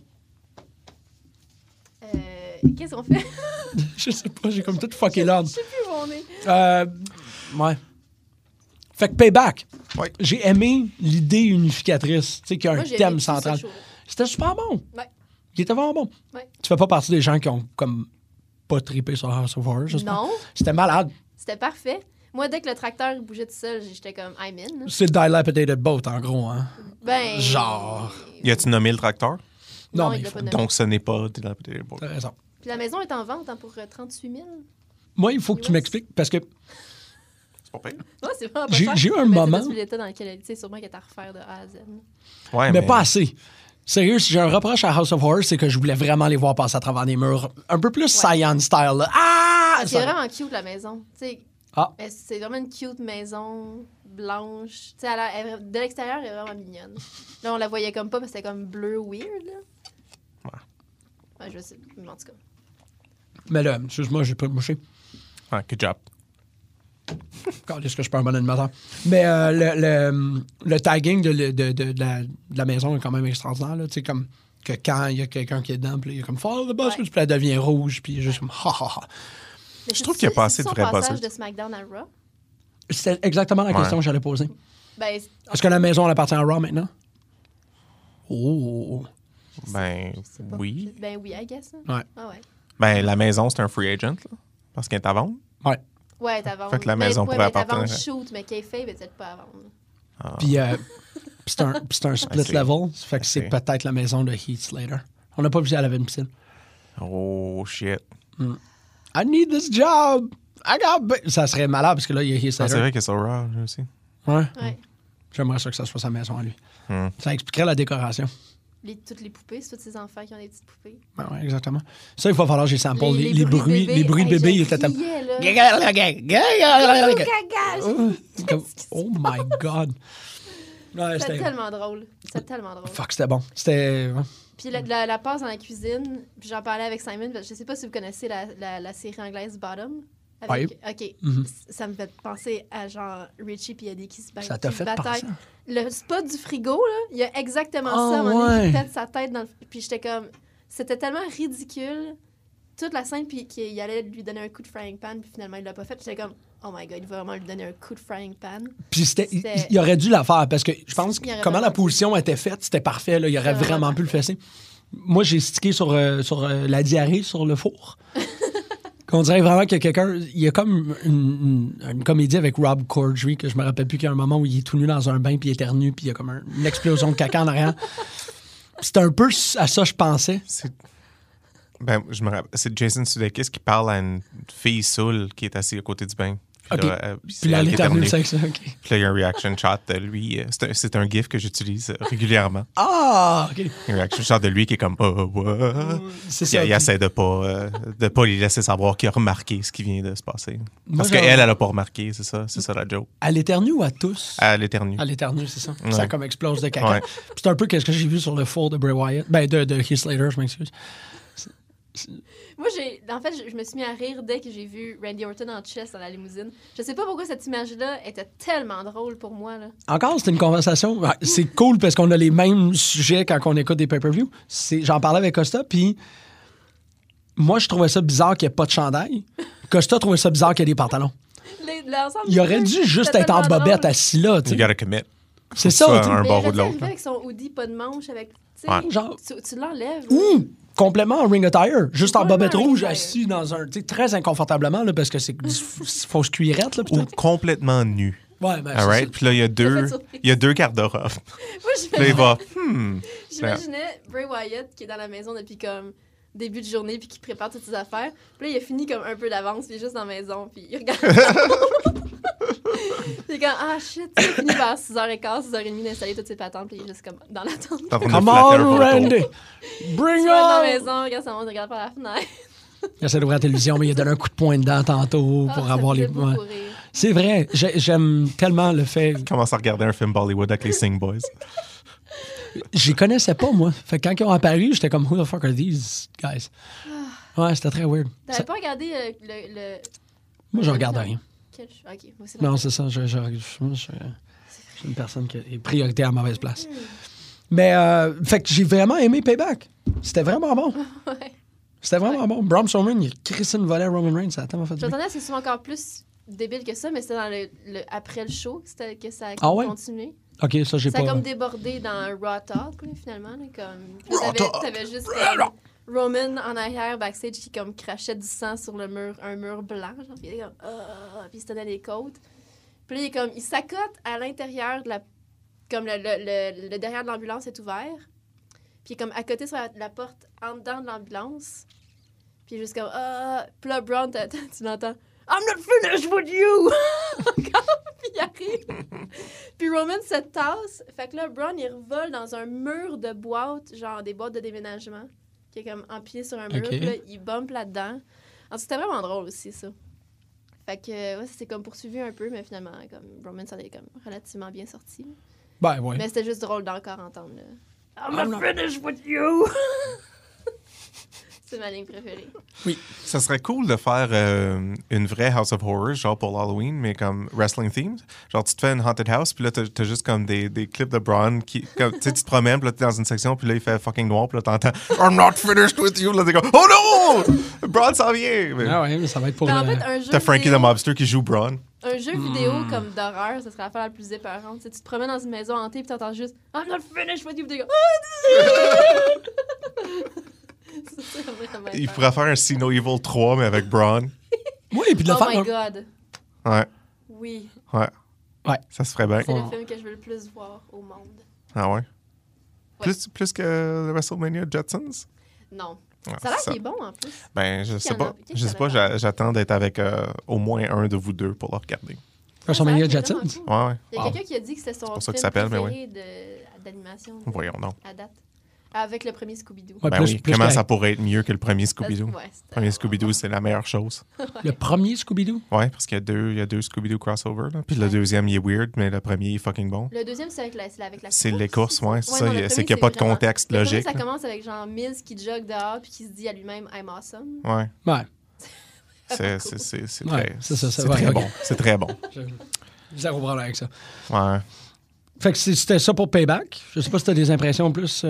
Qu'est-ce qu'on fait? Je sais pas, j'ai comme tout fucké l'ordre. Je sais plus où on est. Ouais. Fait que Payback. Ouais. J'ai aimé l'idée unificatrice, tu sais, qu'il y a un thème central. C'était super bon. Ouais. Il était vraiment bon. Ouais. Tu fais pas partie des gens qui ont comme pas trippé sur House of Horrors, j'espère. Non. C'était malade. C'était parfait. Moi, dès que le tracteur bougeait tout seul, j'étais comme I'm in. C'est Dilapidated Boat, en gros, hein? Ben... Genre... Y a-tu nommé le tracteur? Non, mais donc ce n'est pas Dilapidated Boat. T'as raison. Puis la maison est en vente pour 38 000. Moi, il faut que tu m'expliques, parce que... C'est pas pire. Non, c'est vraiment pas cher. J'ai eu un moment... C'est l'état dans lequel elle est, sûrement qu'elle est à refaire de A à Z. Ouais, mais pas assez. Sérieux, si j'ai un reproche à House of Horrors, c'est que je voulais vraiment les voir passer à travers des murs. Un peu plus Cyan style, là. Ah! C'est vraiment cute, la maison. T'sais, Ah. C'est vraiment une cute maison blanche. T'sais, de l'extérieur, elle est vraiment mignonne. Là, on la voyait comme pas, mais c'était comme bleu weird. Là. Ouais, je sais. En tout cas. Mais là, excuse-moi, j'ai pas mouché. Ah, good job. Est-ce que je suis pas un bon animateur? Mais le tagging de la maison est quand même extraordinaire. Tu sais, comme que quand il y a quelqu'un qui est dedans, puis il y a comme follow the bus, puis elle devient rouge, puis juste comme ha ha ha. Mais je trouve qu'il y a pas assez de vrais passage de SmackDown à Raw. C'était exactement la question que j'allais poser. Ben, est-ce que la maison elle appartient à Raw maintenant? Oh! Ben, Je sais pas. oui. Ben oui, I guess. Ouais. Ah ouais. Ben, la maison, c'est un free agent, là, parce qu'elle est à vendre. Ouais, t'as vendu. Fait que la maison pourrait appartenir. Mais t'as vendu shoot, mais kayfabe est peut-être pas à vendre. Puis c'est un split c'est- level. Ça fait que c'est c'est- peut-être la maison de Heath Slater. On n'a pas vu si elle avait une piscine. Oh, shit. I need this job. Ça serait malade parce que là, il y a Heath Ah, Slater. c'est vrai que c'est Raw, lui aussi. Ouais. Ouais. J'aimerais ça que ça soit sa maison à lui. Hmm. Ça expliquerait la décoration. Toutes les poupées, c'est tous ces enfants qui ont des petites poupées. Ben ouais, exactement. Ça, il va falloir que j'ai sample. Les bruits bébés, de bébé, hey, il était je comme... criais, là. Oh my God. Ouais, C'était c'était... tellement drôle. C'était tellement drôle. Fuck, c'était bon. C'était... Puis la passe dans la cuisine, puis j'en parlais avec Simon, parce que je sais pas si vous connaissez la série anglaise Bottom. OK. Mhm. Ça me fait penser à genre Richie puis Eddie qui se battent. Ça t'a fait penser. Le spot du frigo, là, il y a exactement Ah, ça. À un moment donné, ouais. il pète sa tête dans le... Puis j'étais comme... C'était tellement ridicule. Toute la scène, puis qu'il allait lui donner un coup de frying pan, puis finalement, il l'a pas fait. J'étais comme, oh my God, il va vraiment lui donner un coup de frying pan. Puis il aurait dû la faire parce que je pense que Il aurait comment la vraiment position était faite, c'était parfait. Là. Il aurait Vraiment vraiment pu le fesser. Moi, j'ai stické sur la diarrhée sur le four. Qu'on dirait vraiment que quelqu'un... Il y a comme une comédie avec Rob Corddry que je me rappelle plus qu'il y a un moment où il est tout nu dans un bain puis il éternue puis il y a comme une explosion de caca en arrière. C'était un peu à ça je pensais. Ben, je me rappelle. C'est Jason Sudeikis qui parle à une fille saoule qui est assise à côté du bain. Puis OK. là, Puis là, elle éternue avec ça. OK. Puis là, il y a un reaction shot de lui. C'est un gif que j'utilise régulièrement. Ah! OK. Un reaction shot de lui qui est comme what? C'est Puis ça. il essaie de pas les laisser savoir qu'il a remarqué ce qui vient de se passer. Parce genre- qu'elle, elle a pas remarqué, c'est ça la joke. À l'éternue ou à tous? À l'éternue. À l'éternue, c'est ça. Ouais. Ça comme explose de caca. Ouais. Puis c'est un peu ce que j'ai vu sur le four de Bray Wyatt. Ben, de Heath Slater, je m'excuse. Moi, je me suis mis à rire dès que j'ai vu Randy Orton en chess dans la limousine. Je sais pas pourquoi cette image-là était tellement drôle pour moi, là. Encore, c'est une conversation. Ouais, c'est cool parce qu'on a les mêmes sujets quand on écoute des pay-per-views. J'en parlais avec Costa, puis moi, je trouvais ça bizarre qu'il n'y ait pas de chandail. Costa trouvait ça bizarre qu'il y ait des pantalons. L'ensemble Il aurait dû juste c'était être en tellement bobette drôle. assis là. tu You sais. gotta commit. C'est Faut que ça. tu tu sois sais. un bord ou de Mais l'autre. arrivé là. avec son hoodie, pas de manche, avec... tu sais, Ouais. Genre- tu l'enlèves. là. Complètement en ring attire. Juste en Complètement bobette en ring rouge, attire. assis dans un... Tu sais, très inconfortablement, là, parce que c'est fausse cuirette, là, Ou peut-être. complètement nu. Ouais, ben, All c'est right? ça. Puis là, il y a deux garde-robes. Moi, Puis là, il va, j'imaginais Bray Wyatt qui est dans la maison depuis comme début de journée puis qui prépare toutes ses affaires. Puis là, il a fini comme un peu d'avance, puis il est juste dans la maison, puis il regarde. Il est comme, ah shit, il a fini vers 6h15, 6h30 d'installer toutes ses patentes, puis il est juste comme dans l'attente. T'es en train de Come flatter un on, photo. Randy! Il Bring est dans la on! maison, regarde sa montre, regarde par la fenêtre. Il essaie d'ouvrir la télévision, mais il a donné un coup de poing dedans tantôt pour Ah, avoir ça les... me faisait beaucoup Ouais. rire. C'est vrai. J'aime tellement le fait... Il commence à regarder un film Bollywood avec les Sing Boys. J'y connaissais pas, moi. Fait que quand ils ont apparu, j'étais comme, who the fuck are these guys? Ouais, c'était très weird. T'avais Ça- pas regardé le... Moi, je regarde rien. Ok, moi aussi. Non, c'est ça. Je suis une personne qui est priorité à la mauvaise place. Mais, fait que j'ai vraiment aimé Payback. C'était vraiment bon. Ouais. C'était vraiment bon. Braun Strowman, il crissait une volée à Roman Reigns. Ça a tellement fait Je du bien. m'attendais à ce que ce soit encore plus débile que ça, mais c'était dans après le show que ça a Ah ouais? continué. OK, ça, j'ai Ça pas... a comme débordé dans Raw Talk, là, finalement. Là, comme... Puis Raw Talk! T'avais juste comme Roman en arrière, backstage, qui comme crachait du sang sur le mur, un mur blanc. Genre, puis il était comme... puis il se tenait les côtes. Puis là, il s'accote à l'intérieur de la... Comme le derrière de l'ambulance est ouvert. Puis il est comme à côté sur la porte en dedans de l'ambulance. Puis juste comme... Puis là, Braun, tu l'entends... I'm not finished with you! Encore, puis il arrive. Puis Roman se tasse. Fait que là, Braun, il revole dans un mur de boîtes, genre des boîtes de déménagement, qui est comme empilé sur un mur. Ok. Puis là, il bump là-dedans. En tout c'était vraiment drôle aussi, ça. Fait que, ouais, ça s'est comme poursuivi un peu, mais finalement, comme Roman s'en est comme relativement bien sorti. Ben, ouais. Mais c'était juste drôle d'encore entendre le I'm not finished with you! C'est ma ligne préférée. Ça serait cool de faire une vraie House of Horrors, genre pour l'Halloween, mais comme wrestling themed. Genre, tu te fais une haunted house, puis là, t'as juste comme des clips de Braun qui, comme, tu sais, tu te promènes, puis là, t'es dans une section, puis là, il fait fucking noir, puis là, t'entends I'm not finished with you. Là, t'es comme oh non! Braun s'en vient! Mais Ah ouais, mais ça va être pour... Mais en fait, un jeu t'as Frankie vidéo- the Mobster qui joue Braun. Un jeu vidéo comme d'horreur, ça serait l'affaire la plus épeurante. Tu te promènes dans une maison hantée puis t'entends juste I'm not finished with you. Puis t'es comme, Il pourrait faire un See No Evil 3, mais avec Braun. Oui, puis de le Oh faire. my God. Ouais. Oui. Ouais. Ouais. Ça se ferait bien. C'est le film que je veux le plus voir au monde. Ah ouais? Ouais. Plus que le WrestleMania Jetsons? Non. Ouais, Ça a l'air c'est qu'il est bon en plus. Ben, je Qui sais en pas. a- qui Je en sais a pas, parlé? j'attends d'être avec au moins un de vous deux pour le regarder. WrestleMania Ça a l'air qu'il est Jetsons. vraiment cool. Ouais. Il y a Wow. quelqu'un qui a dit que c'était son pour ça film qu'il s'appelle, mais préféré d'animation Voyons donc. à date. Avec le premier Scooby-Doo. Ouais, Ben plus- oui, plus comment que- ça pourrait être mieux que le premier Scooby-Doo? Ouais, Le premier Scooby-Doo, c'est la meilleure chose. Le premier Scooby-Doo? Ouais, parce qu'il y a deux Scooby-Doo crossover. Là. Puis le deuxième, il est weird, mais le premier, il est fucking bon. Le deuxième, c'est avec la C'est les courses, ouais. C'est ça, non, le c'est premier, qu'il n'y a pas de vraiment- contexte le premier, logique. ça là. commence avec genre Mills qui jogue dehors puis qui se dit à lui-même I'm awesome. Ouais. Ouais. C'est Ouais, très, c'est ça, c'est c'est vrai, très ok. bon. C'est très bon. Zéro problème avec ça. Ouais. Fait que c'était ça pour Payback. Je sais pas si t'as des impressions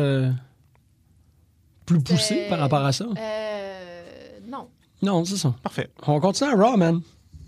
plus poussées par rapport à ça. Non. Non, c'est ça. Parfait. On continue à Raw, man.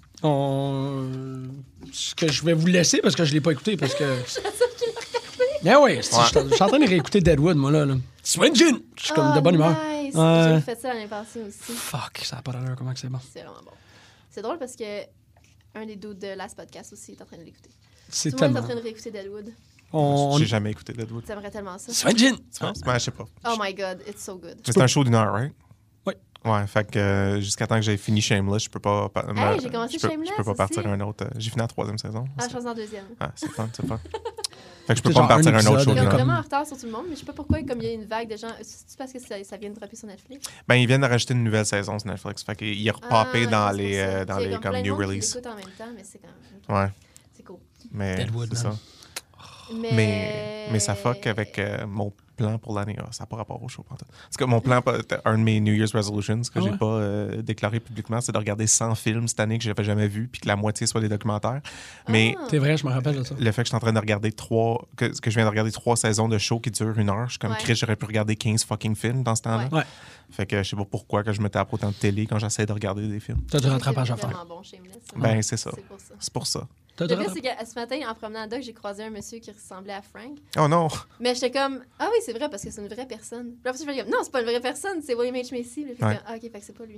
Ce que je vais vous laisser parce que je l'ai pas écouté parce que. Ben oui, je suis en train de réécouter Deadwood, moi, là. Swingin! Je suis comme de bonne humeur. Nice. Ouais. J'ai fait ça l'année passée aussi. Fuck, ça n'a pas d'allure, comment que c'est bon. C'est vraiment bon. C'est drôle parce que un des dudes de Last Podcast aussi est en train de l'écouter. C'est Tout le monde est tellement. en train de réécouter Deadwood. J'ai jamais écouté Deadwood. T'aimerais tellement ça. Swingin! Tu penses? Ben, je sais pas. Oh my God, it's so good. Mais c'est un show d'une heure, right? Oui. Ouais, fait que jusqu'à temps que j'ai fini Shameless, je peux pas. Hey, j'ai commencé je peux Shameless pas partir aussi. un autre. J'ai fini la 3e saison. Ah, je pense en deuxième. Ah, c'est fun, c'est fun. Fait que je peux C'est pas me genre partir un un autre épisode, show Ils d'une sont heure. vraiment en retard sur tout le monde, mais je sais pas pourquoi, comme il y a une vague de gens. C'est parce que ça vient de dropper sur Netflix. Ben, ils viennent de rajouter une nouvelle saison sur Netflix. Fait qu'il est repopé dans c'est les, pour ça. dans Il y a les plein comme de new monde qui release. l'écoute en même temps, mais c'est quand même. Ouais, C'est cool. mais Deadwood, c'est man. ça. Mais ça fuck avec mon plan pour l'année. Ça n'a pas rapport au show. Parce que mon plan, un de mes New Year's Resolutions que j'ai pas déclaré publiquement, c'est de regarder 100 films cette année que je n'avais jamais vus, puis que la moitié soit des documentaires. Mais C'est vrai, je me rappelle de ça. le fait que je suis en train de regarder que je viens de regarder 3 saisons de show qui durent 1 heure, je suis comme Ouais. Chris, j'aurais pu regarder 15 fucking films dans ce temps-là. Ouais. Fait que je sais pas pourquoi que je me tape autant de télé quand j'essaie de regarder des films. T'as du rattrapage à C'est faire. vraiment bon, Shameless. Ben, c'est ça. C'est pour ça. C'est pour ça. T'as du Le pire, rattrapage. c'est que ce matin, en promenant à Doc, j'ai croisé un monsieur qui ressemblait à Frank. Oh non! Mais j'étais comme, ah oui, c'est vrai, parce que c'est une vraie personne. Puis après, je me dis, non, c'est pas une vraie personne, c'est William H. Macy. Puis je Ouais. comme, ah, ok, fait que c'est pas lui.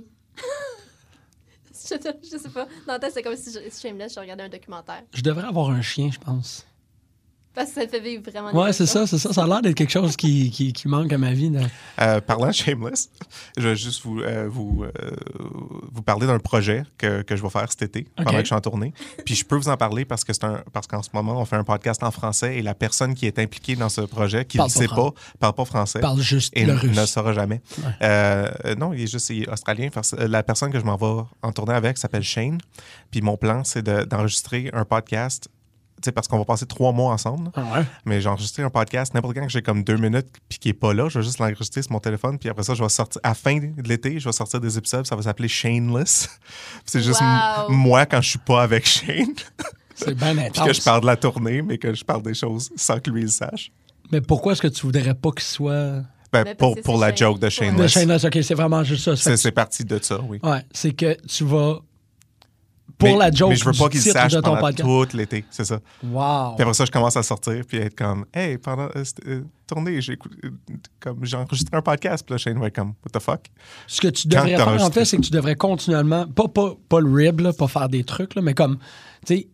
je sais pas. Dans la tête, c'est comme si Shameless, je regardais un documentaire. Je devrais avoir un chien, je pense. Parce que ça le fait vivre vraiment. Ouais, des c'est ça, émotions. c'est ça. Ça a l'air d'être quelque chose qui manque à ma vie. Parlant de Shameless, je vais juste vous parler d'un projet que je vais faire cet été pendant que je suis en tournée. Puis je peux vous en parler parce qu'en ce moment, on fait un podcast en français et la personne qui est impliquée dans ce projet, qui ne Parle le pas sait pas, parle pas français. Parle juste Et le ne russe. le saura jamais. Non, il est australien. La personne que je m'en vais en tournée avec s'appelle Shane. Puis mon plan, c'est d'enregistrer un podcast. Tu sais, parce qu'on va passer 3 mois ensemble. Ah ouais. Mais j'ai enregistré un podcast n'importe quand que j'ai comme 2 minutes puis qui est pas là. Je vais juste l'enregistrer sur mon téléphone. Puis après ça, je vais sortir à la fin de l'été, je vais sortir des épisodes. Ça va s'appeler Shameless. Puis c'est juste Wow. moi quand je suis pas avec Shane. C'est bien Puis que je intense. parle de la tournée, mais que je parle des choses sans que lui le sache. Mais pourquoi est-ce que tu voudrais pas qu'il soit. Ben, Mais parce que pour c'est la Shane. joke de Ouais. Shameless. De Shameless, ok, c'est vraiment juste ça. Ça fait C'est parti de ça, oui. que- Ouais, c'est que tu vas. Pour la joke mais je veux pas du qu'il titre sache de ton pendant podcast. tout l'été, c'est ça. Wow. Puis après ça, je commence à sortir puis être comme, hey, pendant cette tournée, j'ai enregistré un podcast. Puis là, Shane va être comme, what the fuck? Ce que tu Quand devrais t'as faire, en enregistré fait, c'est que tu devrais continuellement, pas le rib, là, pas faire des trucs, là, mais comme, tu sais,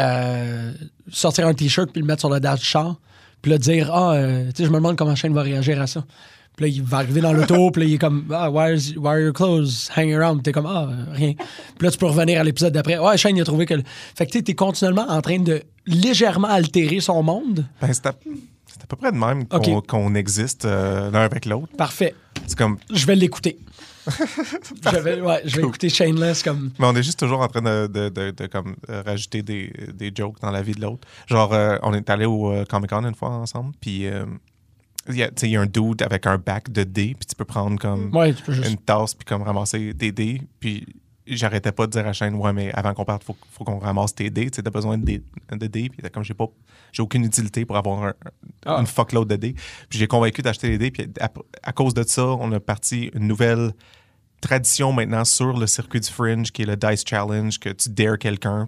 sortir un T-shirt puis le mettre sur le dash du char, puis là, dire, tu sais, je me demande comment Shane va réagir à ça. Puis là, il va arriver dans l'auto, puis là, il est comme, why are your clothes hanging around? Puis t'es comme, rien. Puis là, tu peux revenir à l'épisode d'après. Ouais, Shane, il a trouvé que. Fait que tu sais, t'es continuellement en train de légèrement altérer son monde. Ben, c'est à peu près de même Ok. qu'on existe l'un avec l'autre. Parfait. C'est comme, Je vais l'écouter. je vais écouter Shameless comme. mais on est juste toujours en train de comme, rajouter des jokes dans la vie de l'autre. Genre, on est allé au Comic-Con une fois ensemble, puis il y a un dude avec un bac de dés, puis tu peux prendre comme Ouais, tu peux juste. une tasse, puis comme ramasser des dés, puis j'arrêtais pas de dire à Shane, ouais, mais avant qu'on parte, faut qu'on ramasse tes dés, tu sais, t'as besoin de dés, puis comme j'ai aucune utilité pour avoir une fuckload de dés, puis j'ai convaincu d'acheter les dés, puis à cause de ça, on a parti une nouvelle tradition maintenant sur le circuit du Fringe, qui est le Dice Challenge, que tu dares quelqu'un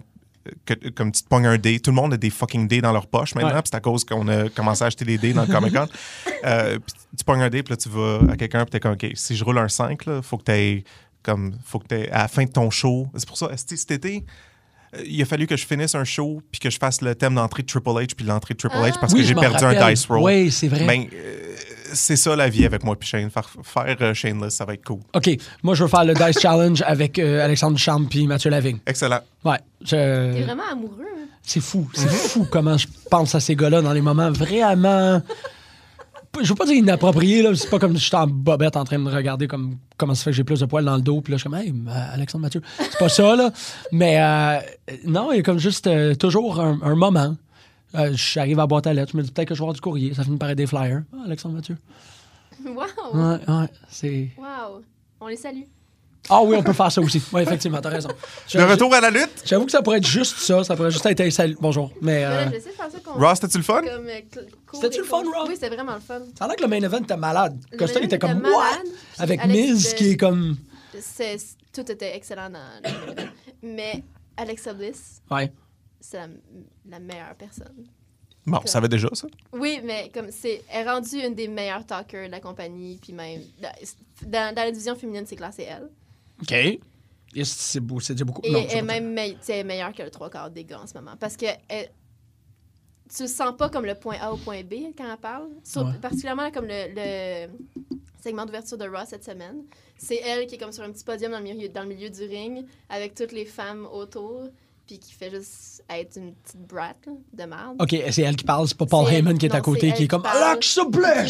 comme tu te pognes un dé. Tout le monde a des fucking dés dans leur poche maintenant, puis c'est à cause qu'on a commencé à acheter des dés dans le Comic-Con. Puis tu pognes un dé, puis là, tu vas à quelqu'un, puis t'es comme, OK, si je roule un 5, là, faut que t'aies à la fin de ton show. C'est pour ça, cet été, il a fallu que je finisse un show, puis que je fasse le thème d'entrée de Triple H, puis l'entrée de Triple H, parce que j'ai perdu un dice roll. Oui, c'est vrai. Ben, c'est ça la vie avec moi puis Shane. Faire Shameless, ça va être cool. OK, moi, je veux faire le Dice Challenge avec Alexandre Duchamp puis Mathieu Lavigne. Excellent. Ouais. T'es vraiment amoureux. Hein? C'est fou. C'est fou comment je pense à ces gars-là dans les moments vraiment... Je veux pas dire inappropriés, là. C'est pas comme si j'étais en bobette en train de regarder comment ça fait que j'ai plus de poils dans le dos. Puis là, je suis comme, hey, Alexandre Mathieu. C'est pas ça, là. Mais non, il y a comme juste toujours un moment. J'arrive à la boîte à lettres, je me dis peut-être que je vais avoir du courrier. Ça finit par être des flyers. Ah, Alexandre Mathieu. Wow! Ouais, c'est... Wow! On les salue. Ah oui, on peut faire ça aussi. Oui, effectivement, t'as raison. Le retour à la lutte. J'avoue que ça pourrait être juste ça. Ça pourrait juste être salut, bonjour. Mais, Là, j'essaie de faire ça comme... Ross, c'était-tu le fun? C'était-tu le fun, Ross? Oui, c'était vraiment le fun. Ça a l'air que le main event était malade. Le Costa main était event comme, était what? malade. Avec Alex Miz qui est comme... Tout était excellent dans le main event. Mais Alexa Bliss, Ouais. c'est la meilleure personne. Bon, on savait déjà ça. Oui, mais comme elle est rendue une des meilleures talkers de la compagnie, puis même dans la division féminine, c'est classé elle. OK. Yes, c'est beau, c'est déjà beaucoup. Et Non, elle est même meilleure que le 3/4 des gars en ce moment. Parce que tu le sens pas comme le point A au point B quand elle parle. Particulièrement comme le segment d'ouverture de Raw cette semaine. C'est elle qui est comme sur un petit podium dans le milieu du ring, avec toutes les femmes autour, puis qui fait juste être une petite brat là, de merde. OK, c'est elle qui parle, c'est pas Paul Heyman qui est à côté, qui est comme Alexa Bliss!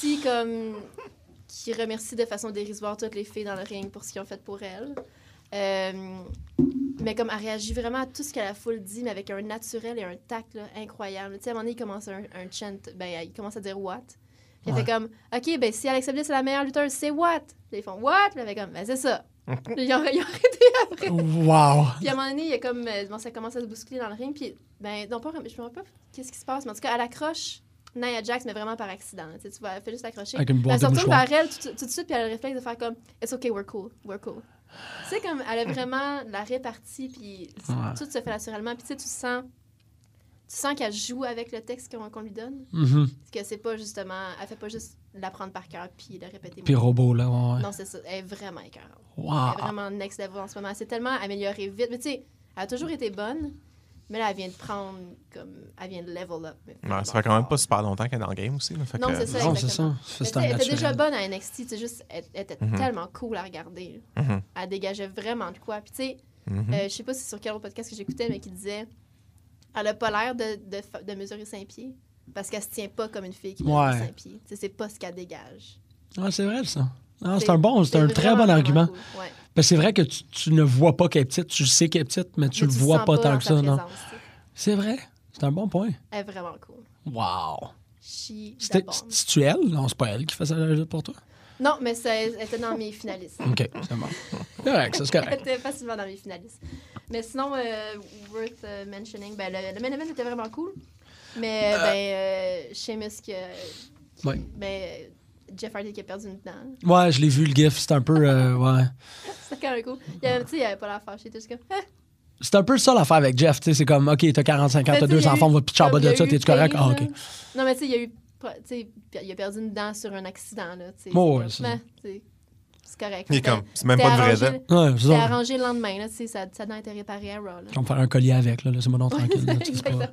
Qui remercie de façon dérisoire toutes les filles dans le ring pour ce qu'ils ont fait pour elle. Mais comme elle réagit vraiment à tout ce que la foule dit, mais avec un naturel et un tact là, incroyable. Tu sais, à un moment donné, il commence un chant, il commence à dire « what ». Puis elle fait comme « OK, si Alexa Bliss est la meilleure lutteuse, c'est what ». Puis ils font « what ». Puis elle fait comme « c'est ça ». Puis ils ont arrêté après. Wow! Puis à un moment donné, il y a comme ça commence à se bousculer dans le ring. Puis je me rappelle pas qu'est-ce qui se passe, mais en tout cas, elle accroche Nia Jax, mais vraiment par accident. Tu vois, elle fait juste accrocher. Avec une boîte elle de se retourne mouchoirs. vers elle tout de suite, puis elle a le réflexe de faire comme « It's okay, we're cool. Tu sais, comme elle a vraiment la répartie, puis tout se fait naturellement. Puis tu sais, tu sens qu'elle joue avec le texte qu'on lui donne. Mm-hmm. Parce que c'est pas justement... Elle fait pas juste l'apprendre par cœur puis le répéter. Puis robot, là, ouais. Non, c'est ça. Elle est vraiment écœurante. Wow. Elle est vraiment next level en ce moment. Elle s'est tellement améliorée vite. Mais tu sais, elle a toujours été bonne, mais là, elle vient de prendre comme... Elle vient de level up. Ouais, ça fait quand même pas super longtemps qu'elle est dans le game aussi. Là, fait non, que... c'est ça, Non, exactement. c'est ça. Mais elle était naturel. déjà bonne à NXT. C'est juste, elle était tellement cool à regarder. Elle dégageait vraiment de quoi. Puis tu sais, je sais pas si c'est sur quel autre podcast que j'écoutais, mais qui disait... Elle a pas l'air de mesurer 5 pieds parce qu'elle se tient pas comme une fille qui mesure 5 pieds. T'sais, c'est pas ce qu'elle dégage. Ouais, c'est vrai, ça. Non, c'est C'est un très bon argument. Cool. Ouais. Parce que c'est vrai que tu ne vois pas qu'elle est petite. Tu sais qu'elle est petite, mais tu le vois sens pas tant dans que sa ça, non? présence, t'sais. C'est vrai. C'est un bon point. Elle est vraiment cool. Wow. C'est elle? Non, c'est pas elle qui faisait la lutte pour toi? Non, mais elle était dans mes finalistes. OK, c'est bon. Correct, ça, c'est Elle correct. était facilement dans mes finalistes. Mais sinon, worth mentioning, le main event était vraiment cool. Mais Sheamus Ouais. Jeff Hardy qui a perdu une dent. Ouais, je l'ai vu, le gif. C'est un peu... ouais. C'était quand même cool. Il avait pas l'air fâché. Juste comme... C'est un peu ça l'affaire avec Jeff. Tu sais, c'est comme, OK, t'as 45 ans, t'as 2 enfants, on va pitcher en bas de ça, t'es-tu correct? Ah, OK. Non, mais tu sais, il a perdu une dent sur un accident. Là, Oh, ouais, c'est c'est correct. C'est même pas une vraie dent. Ouais, c'est C'était ça. arrangé le lendemain. Là, sa dent a été réparée à Raw. Là. On va faire un collier avec, là. Laissez-moi donc tranquille. Là, tu sais, c'est pas...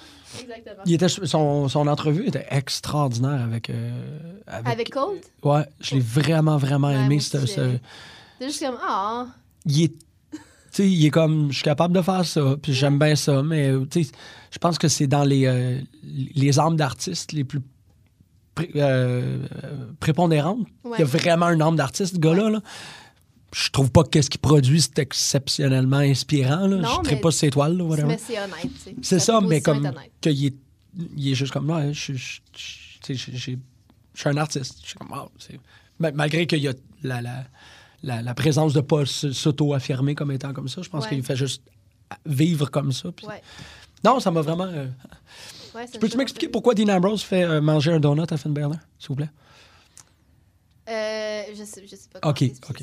Exactement. Son entrevue était extraordinaire Avec Colt? Ouais, je l'ai vraiment, vraiment aimé. Moi C'est aussi, c'est juste comme, il est comme, je suis capable de faire ça, puis j'aime bien ça, mais tu sais, je pense que c'est dans les armes d'artistes les plus prépondérantes. Ouais. Il y a vraiment un âme d'artiste, ce gars-là. Là. Je trouve pas que qu'est-ce qu'il produit, c'est exceptionnellement inspirant. Là. Non, je ne traite pas ses étoiles, là, whatever. Mais c'est honnête. T'sais. C'est ça, mais position comme est honnête. qu'il est juste comme, ouais, je suis un artiste. Je suis comme, wow, malgré qu'il y a la présence de pas s'auto-affirmer comme étant comme ça, je pense qu'il fait juste vivre comme ça. Puis... Ouais. Non, ça m'a vraiment... Peux-tu m'expliquer pourquoi Dean Ambrose fait manger un donut à Finn Balor, s'il vous plaît? Je sais pas. OK. Ça.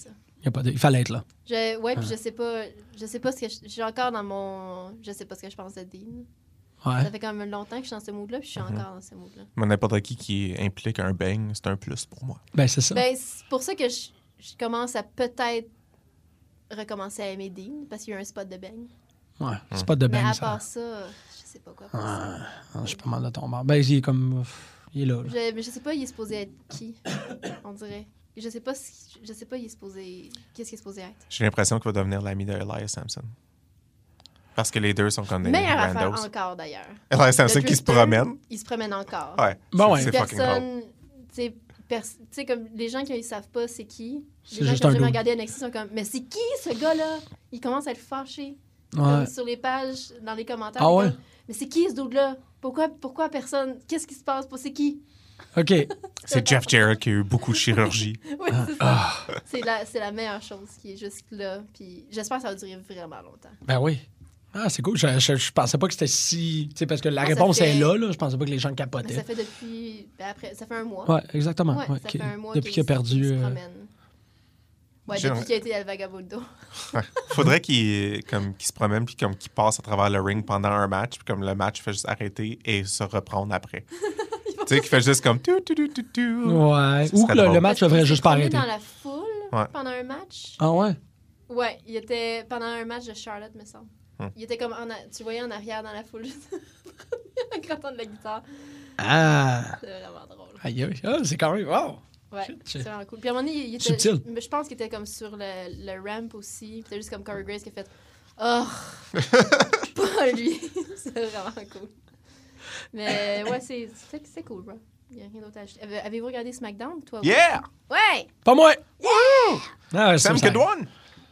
Il fallait être là. Puis je sais pas ce que j'ai encore dans mon... Je sais pas ce que je pense de Dean. Ouais. Ça fait quand même longtemps que je suis dans ce mood-là, puis je suis encore dans ce mood-là. Mais n'importe qui implique un bang, c'est un plus pour moi. Ben, c'est ça. Ben, c'est pour ça que je commence à peut-être recommencer à aimer Dean, parce qu'il y a un spot de bang. Ouais, c'est pas de Mais bang, à ça. part ça, je sais pas quoi penser. Je suis pas mal de ton bord. Ben, il est comme... Il est là. Mais je sais pas, il est supposé être qui, on dirait. Je sais pas, il est supposé... Qu'est-ce qu'il est supposé être? J'ai l'impression qu'il va devenir l'ami de Elias Sampson. Parce que les deux sont comme des Meilleure affaire randos. encore, d'ailleurs. Elias Sampson Le qui se Drifter, promène. Il se promène encore. Ouais. Bon, ouais. C'est fucking drôle. Tu sais, comme les gens qui ne savent pas c'est qui, C'est les gens juste qui ont un jamais dude. regardé NXT sont comme, mais c'est qui ce gars-là? Il commence à être fâché. Ouais. Comme sur les pages, dans les commentaires. Ah il est ouais? comme, mais c'est qui ce dude-là? Pourquoi personne? Qu'est-ce qui se passe? C'est qui? OK. C'est Jeff Jarrett qui a eu beaucoup de chirurgie. Oui, c'est ça. C'est la meilleure chose qui est juste là. Puis j'espère que ça va durer vraiment longtemps. Ben oui. Ah, c'est cool. Je pensais pas que c'était si... Tu sais, parce que la ça réponse fait- est là. Je pensais pas que les gens Mais capotaient. ça fait depuis... après, ça fait un mois. Ouais, exactement. Ouais, Ouais, ça fait un mois depuis qu'il a perdu... se promène. Ouais, J'ai- depuis qu'il a été à El Vagabundo. Faudrait qu'il se promène puis comme qu'il passe à travers le ring pendant un match puis comme le match fait juste arrêter et se reprendre après. Tu sais, qu'il fait juste comme tout. Ouais. Ce Ou serait que le drôle. match devrait juste pas Il arrêter. dans la foule Ouais. pendant un match. Ah ouais? Ouais, il était pendant un match de Charlotte, me semble. Hmm. Il était comme tu voyais en arrière dans la foule, en grattant de la guitare. Ah! C'est vraiment drôle. Aïe, aïe. Ah, c'est quand même... Wow! Ouais, Shit, c'est vraiment cool. Puis à un moment donné, il était, Subtil. je pense qu'il était comme sur le ramp aussi. Puis c'était juste comme Corey Grace qui a fait oh, pas lui. C'est vraiment cool. Mais ouais, c'est cool, bro. Il n'y a rien d'autre à ajouter. Avez-vous regardé SmackDown, toi? oui? Yeah! Ouais! Pas moi! Ah, Sam ça, Kedwan!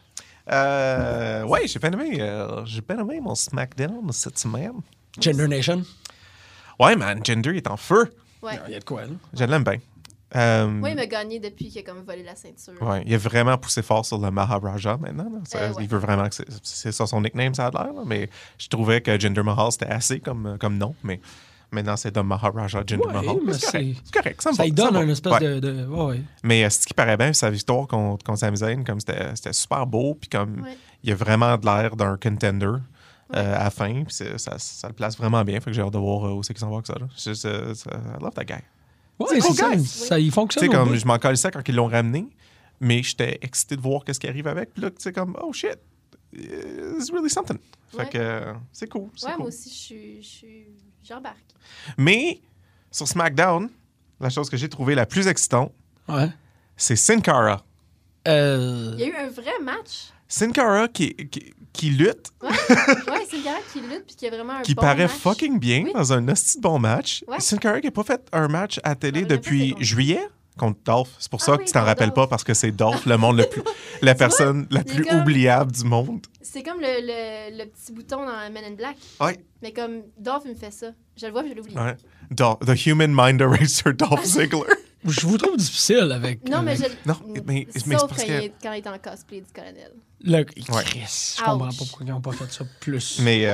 Ouais, j'ai bien aimé mon SmackDown cette semaine. Gender Nation. Ouais, man, Jinder est en feu. Ouais. Il y a de quoi, là? Je l'aime bien. Moi, il m'a gagné depuis qu'il a comme volé la ceinture. Ouais, il a vraiment poussé fort sur le Maharaja maintenant. Là. Ouais. Il veut vraiment que c'est ça son nickname, ça a l'air. Là. Mais je trouvais que Jinder Mahal, c'était assez comme nom. Mais maintenant, c'est The Maharaja Jinder Ouais, Mahal. mais C'est correct. c'est- C'est correct. Ça me Ça va, lui donne me va. une espèce Ouais. de... Ouais. Mais ce qui paraît bien, sa victoire contre Sami Zayn, comme c'était super beau. Puis comme Ouais. il a vraiment de l'air d'un contender. À la fin, puis ça le place vraiment bien. Fait que j'ai hâte de voir où c'est qu'ils s'en vont avec ça. Là. I love that guy. Ouais, C'est c'est cool, ça. guys. Ça, il Tu fonctionne. sais, au comme bout. je m'en calissais quand ils l'ont ramené, mais j'étais excité de voir qu'est-ce qui arrive avec. Puis là, tu sais, comme, oh shit, it's really something. Fait Ouais. que c'est cool. C'est Ouais, cool. moi aussi, j'embarque. Mais sur SmackDown, la chose que j'ai trouvée la plus excitante, Ouais. c'est Sin Cara. Il y a eu un vrai match. Sin Cara qui lutte, Ouais, c'est une gars qui lutte puis qui a vraiment un qui bon paraît match. fucking bien Oui. dans un hostie de bon match. Ouais. Sin Cara qui n'a pas fait un match à télé Je me rappelle pas depuis c'est contre- juillet contre Dolph. C'est pour Ah ça oui, que tu t'en contre rappelles Dolph. pas parce que c'est Dolph, le monde le plus, la personne la il est plus comme- oubliable du monde. C'est comme le petit bouton dans Men in Black. Ouais. Mais comme Dolph, il me fait ça. Je le vois, puis je l'oublie. Ouais. The Human Mind Eraser, Dolph Ziggler. Je vous trouve difficile avec... Non, mais je... Non, mais c'est Sauf parce quand, que- quand il est en cosplay du colonel. Le... Chris, je comprends Ouch. pas pourquoi ils n'ont pas fait ça plus. Mais,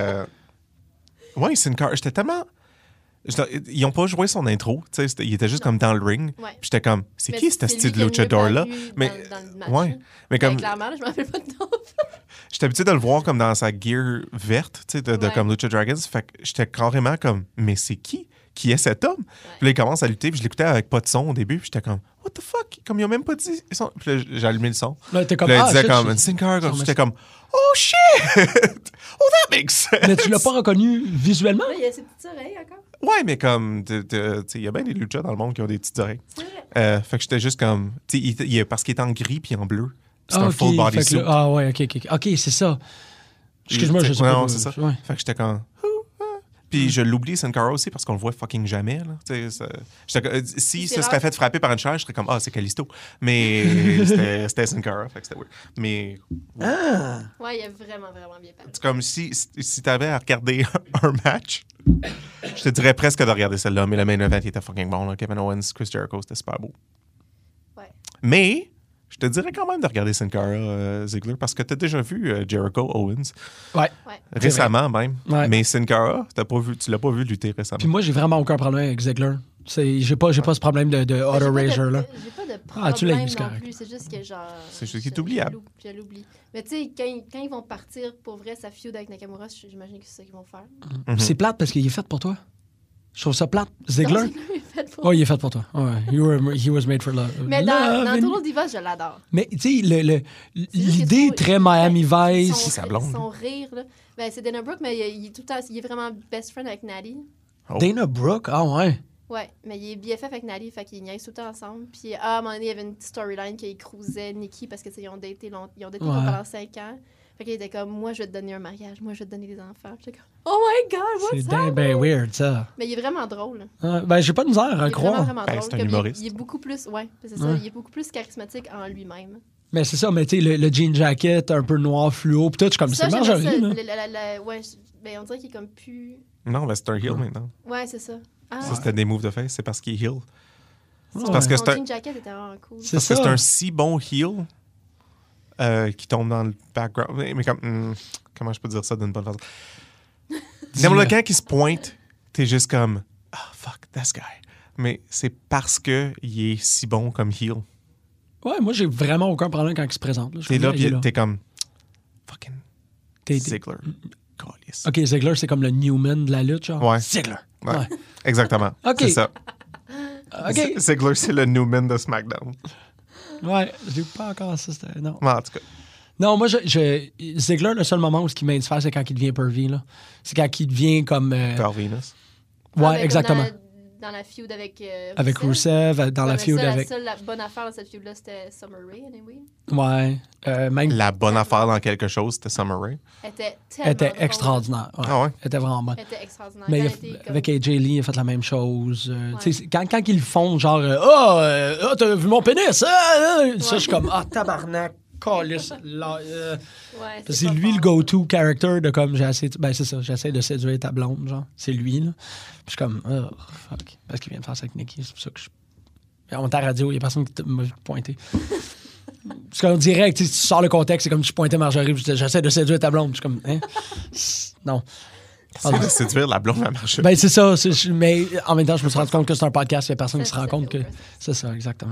ouais, Sin Cara, j'étais tellement. Ils n'ont pas joué son intro, tu sais, il était juste Non. comme dans le ring. Ouais. Puis j'étais comme, c'est Mais qui ce lui style qui a le mieux luchador-là? paru Mais, dans le match, ouais. hein. Mais comme, Clairement, là, je me rappelle pas de nom. j'étais habitué de le voir comme dans sa gear verte, tu sais, de Ouais. comme Lucha Dragons. Fait que j'étais carrément comme, mais c'est qui? Qui est cet homme? Puis là, il commence à lutter, puis je l'écoutais avec pas de son au début, puis j'étais comme, what the fuck? Comme ils ont même pas dit. Puis là, j'ai allumé le son. Là, t'es comme... Puis là, il ah, disait shit, comme, shit. Sin Cara, Son j'étais comme, oh shit! Oh, that makes sense! Mais tu l'as pas reconnu visuellement? Là, il y a ses petites oreilles encore. Ouais, mais comme, tu sais, il y a bien des luchas dans le monde qui ont des petites oreilles. C'est vrai. Fait que j'étais juste comme, tu sais, parce qu'il est en gris puis en bleu. C'est Ah, un ok, full body fait que suit. là- ah ouais, ok. Ok, c'est ça. Excuse-moi, je sais pas. Non, c'est ça. Ouais. Fait que j'étais comme, puis je l'oublie Sin Cara aussi parce qu'on le voit fucking jamais. Là. Si C'est se serait rare. fait frapper par une chaise, je serais comme, ah, c'est Kalisto. Mais c'était Sin Cara, fait que c'était weird. Mais Ouais, il a vraiment, vraiment bien paru. c'est comme si t'avais à regarder un match, je te dirais presque de regarder celle-là, mais le main event il était fucking bon. Là. Kevin Owens, Chris Jericho, c'était super beau. Ouais. Mais je te dirais quand même de regarder Sin Cara Ziggler parce que tu as déjà vu Jericho Owens. Ouais. Récemment même. Ouais. Mais Sin Cara, tu l'as pas vu lutter récemment. Puis moi, j'ai vraiment aucun problème avec Ziggler. J'ai pas ce problème de auto-rager, là. J'ai pas de problème tu l'as eu, non c'est correct. plus. C'est juste que genre... C'est juste qu'il est oubliable. Je l'oublie. Mais tu sais, quand ils vont partir pour vrai, sa feud avec Nakamura, j'imagine que c'est ça qu'ils vont faire. Mhm. C'est plate parce qu'il est fait pour toi. Je trouve ça plate. Ziggler? Non, Ziggler est fait pour... Oh, il est fait pour toi. Ouais. He was made for love. Mais dans Total Divas, je l'adore. Mais tu sais, l'idée C'est est très Miami Vice. sa blonde. Son rire, là. Ben, c'est Dana Brooke, mais il est tout le temps... Il est vraiment best friend avec Natty. Oh. Dana Brooke? Ah ouais. Ouais, mais il est BFF avec Natty, fait qu'ils niaisent tout le temps ensemble. Puis à un moment donné, il y avait une petite storyline qu'il cruisait Nikki parce que ils ont daté pendant 5 ans. Fait qu'il était comme, moi, je vais te donner un mariage, moi, je vais te donner des enfants. Puis j'étais comme, oh my God, what's C'est ben weird, ça. Mais il est vraiment drôle. Ben, j'ai pas de misère à Il est croire. vraiment Ben, drôle. c'est un Comme humoriste. il est beaucoup plus, c'est ça, il est beaucoup plus charismatique en lui-même. Mais c'est ça, mais tu sais, le jean jacket un peu noir fluo, pis tout, je suis comme, c'est Ça, Marjorie, j'aimerais là. ça, ouais, ben, on dirait qu'il est comme plus... Non, ben c'est un heel maintenant. Ouais, c'est ça. Ah, Ça, c'était des moves de face. C'est parce qu'il est heel. son- parce que son c'est un- jean jacket était vraiment cool. C'est Parce que ça. c'est un si bon heel qui tombe dans le background. Mais comme... comment je peux dire ça d'une bonne façon? N'importe quand qui se pointe, t'es juste comme... Ah, fuck, this guy. Mais c'est parce que il est si bon comme heel. Ouais, moi, j'ai vraiment aucun problème quand il se présente. Je T'es suis là, il est puis t'es comme... Fucking T'es- Ziggler. Calice. OK, Ziggler, c'est comme le Newman de la lutte, genre. Ouais. Ziggler. Ouais. Ouais. Exactement. OK. C'est ça. OK. Ziggler, c'est le Newman de SmackDown. Ouais, j'ai pas encore ça. Non. Mais en tout cas. Non, moi, Ziggler, le seul moment où ce qui m'indiffère, c'est quand il devient pervy, là. C'est quand il devient comme... Carl Venus. Ouais, Ah, ben, exactement. Dans la feud avec... Avec Rusev, dans la feud avec... La bonne affaire dans cette feud-là, c'était Summer Rae, anyway. Ouais. Même... La bonne affaire dans quelque chose, c'était Summer Rae. Elle était tellement Elle était drôle. extraordinaire. Ouais. Ah ouais? Elle était vraiment bonne. Elle était extraordinaire. Mais Quand il elle a- était comme- avec AJ Lee, il a fait la même chose. Ouais. Tu sais, quand ils le font, genre, t'as vu mon pénis? Ça, je suis comme, tabarnak, calice. Là, Ouais, c'est pas lui fort. le go-to character de comme, c'est ça, j'essaie de séduire ta blonde, genre. C'est lui, là. Puis je suis comme, oh, fuck. Parce qu'il vient de faire ça avec Nikki, c'est pour ça que je. On est à la radio, il n'y a personne qui m'a pointé. Parce qu'en direct, tu sors le contexte, c'est comme si je pointais Marjorie, puis j'essaie de séduire ta blonde. Je suis comme, hein? Non. C'est de séduire la blonde à marcher. Ben, c'est ça. Mais en même temps, je me suis rendu compte que c'est un podcast, il n'y a personne qui se Ça, rend c'est compte que. autre. C'est ça, exactement.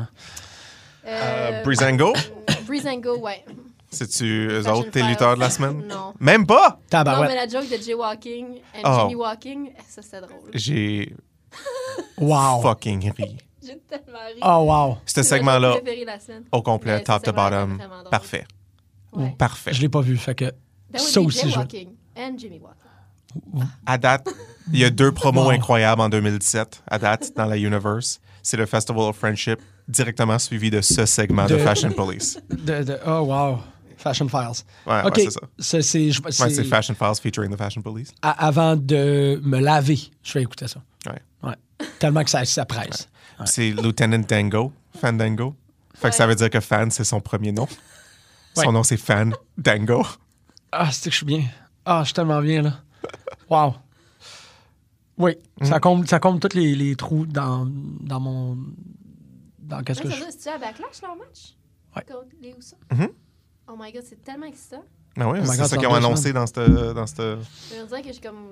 Breezango? Breezango, ouais. C'est-tu eux Fashion autres, tes Files. lutteurs de la semaine? Non. Même pas! Non, Tabarouette. mais la joke de Jaywalking and Oh. Jimmy Walking, ça, c'était drôle. J'ai Wow. fucking ri. J'ai tellement ri. Oh, wow. Ce C'est ma segment-là, joke préférée de la semaine. au complet, Mais top ce to segment-là bottom, était vraiment drôle. parfait. Ouais. Parfait. Je l'ai pas vu, fait que. That would Ça be aussi, je. Jaywalking and Jimmy Walking. À date, il y a 2 promos Wow. incroyables en 2017, à date, dans la Universe. C'est le Festival of Friendship, directement suivi de ce segment de De- Fashion Police. Oh, wow. Fashion Files. Ouais, OK. ouais, c'est ça. C'est Ouais, c'est Fashion Files featuring the Fashion Police. Avant de me laver, je vais écouter ça. Ouais. Ouais. Tellement que ça presse. Ouais. C'est Lieutenant Dango, Fandango. Fait que ça Ouais. veut dire que Fan, c'est son premier nom. Son Ouais. nom, c'est Fan Dango. Ah, c'est que je suis bien. Ah, je suis tellement bien, là. Wow. Oui, Mm. ça comble tous les trous dans mon... Dans qu'est-ce que je... C'est-tu à Backlash, leur match? Ouais. Contre les Usos? Mhm. Oh my God, c'est tellement excitant. Ah oui, Oh my c'est God, ça c'est qu'ils ont dans 2 annoncé dans cette... Mais on dirait que je suis comme...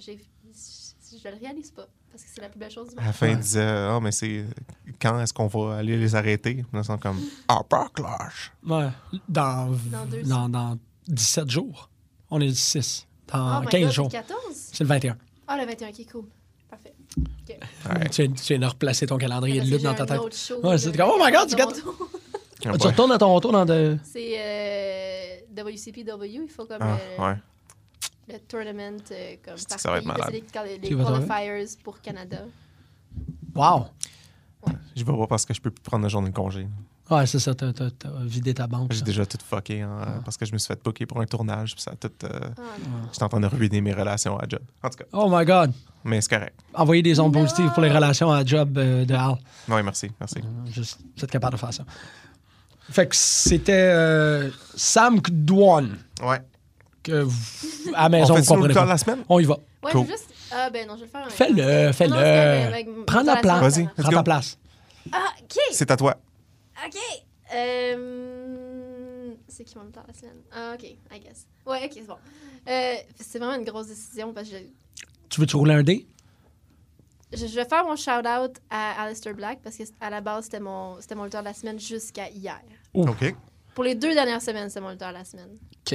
Je le réalise pas, parce que c'est la plus belle chose du À monde. la fin, Ouais. ils disaient, ah, mais c'est... Quand est-ce qu'on va aller les arrêter? Ils sont comme, Backlash. Ouais. Dans 2 Dans 17 jours. On est le 6. Dans Oh my 15 God, jours. c'est 14? C'est le 21. Ah, le 21, ok, cool. Parfait. OK. Ouais. Tu viens de replacer ton calendrier de lutte dans ta tête. Ouais, c'est comme, oh my God, tu gâtes- Ah, Tu retournes à Toronto dans de... C'est WCPW, il faut comme ouais. le tournament comme C'est que par ça va être pays, malade. les Tu vas qualifiers pour Canada. Wow. Je vais pas parce que je peux plus prendre de journée de congé. Ouais, c'est ça. T'as vidé ta banque. J'ai ça. déjà tout fucké parce que je me suis fait booker pour un tournage. Puis ça a tout... Ah, non. J'étais en train de ruiner mes relations à job. En tout cas, Oh my God. mais c'est correct. Envoyer des ondes Non. positives pour les relations à job de Al. Oui, merci. Juste, vous êtes capable de faire ça. Fait que c'était Sam Kdwan. Ouais. Que à la maison, On vous fait-tu comprenez le pas. la semaine? On y va. Ouais, Cool. je veux juste. Ah, ben non, je vais le faire. en même Fais-le, temps. fais-le. Non, c'est avec- Prends la place. Vas-y. Prends ta place. Ah, OK. C'est à toi. OK. C'est qui mon lutteur de la semaine? Ah, OK, I guess. Ouais, OK, c'est bon. C'est vraiment une grosse décision parce que Tu veux-tu rouler un dé? je vais faire mon shout-out à Aleister Black parce qu'à la base, c'était mon lutteur de la semaine jusqu'à hier. OK. Pour les 2 dernières semaines, c'était mon lutteur de la semaine. OK.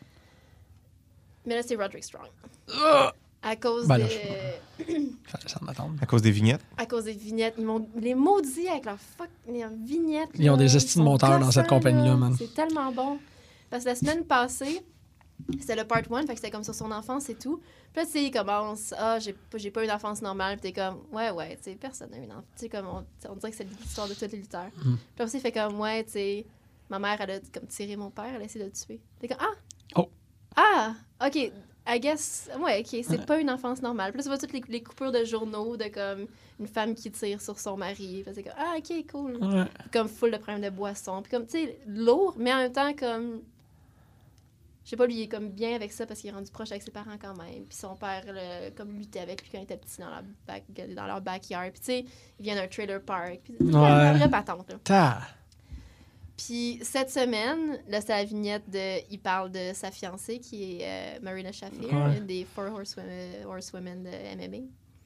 Mais là, c'est Roderick Strong. À cause Ben là, de... Fallait s'en attendre. À cause des vignettes. À cause des vignettes. Ils m'ont les maudits avec leurs vignettes. Ils ont des estis de monteurs dans cette compagnie-là, man. C'est tellement bon. Parce que la semaine passée, c'était le part 1, fait que c'était comme sur son enfance et tout. Puis là, tu sais, il commence, j'ai pas une enfance normale. Puis t'es comme, ouais, tu sais, personne n'a une enfance. Tu sais, comme, on dirait que c'est l'histoire de tous les lutteurs. Puis après, il fait comme, ouais, tu sais, ma mère, elle a comme tiré mon père, elle a essayé de le tuer. T'es comme, OK, I guess, ouais, OK, c'est pas une enfance normale. Puis là, tu vois toutes les coupures de journaux de comme une femme qui tire sur son mari. Puis c'est comme, OK, cool. Ouais. Comme full de problèmes de boisson. Puis comme, tu sais, lourd, mais en même temps, comme... Je sais pas, lui, il est comme bien avec ça parce qu'il est rendu proche avec ses parents quand même. Puis son père, comme luttait avec lui quand il était petit dans leur backyard. Puis tu sais, il vient d'un trailer park. Puis c'est une vraie patente, là. Puis cette semaine, là, c'est la vignette il parle de sa fiancée qui est Marina Shafir, une des 4 horsewomen de MMA.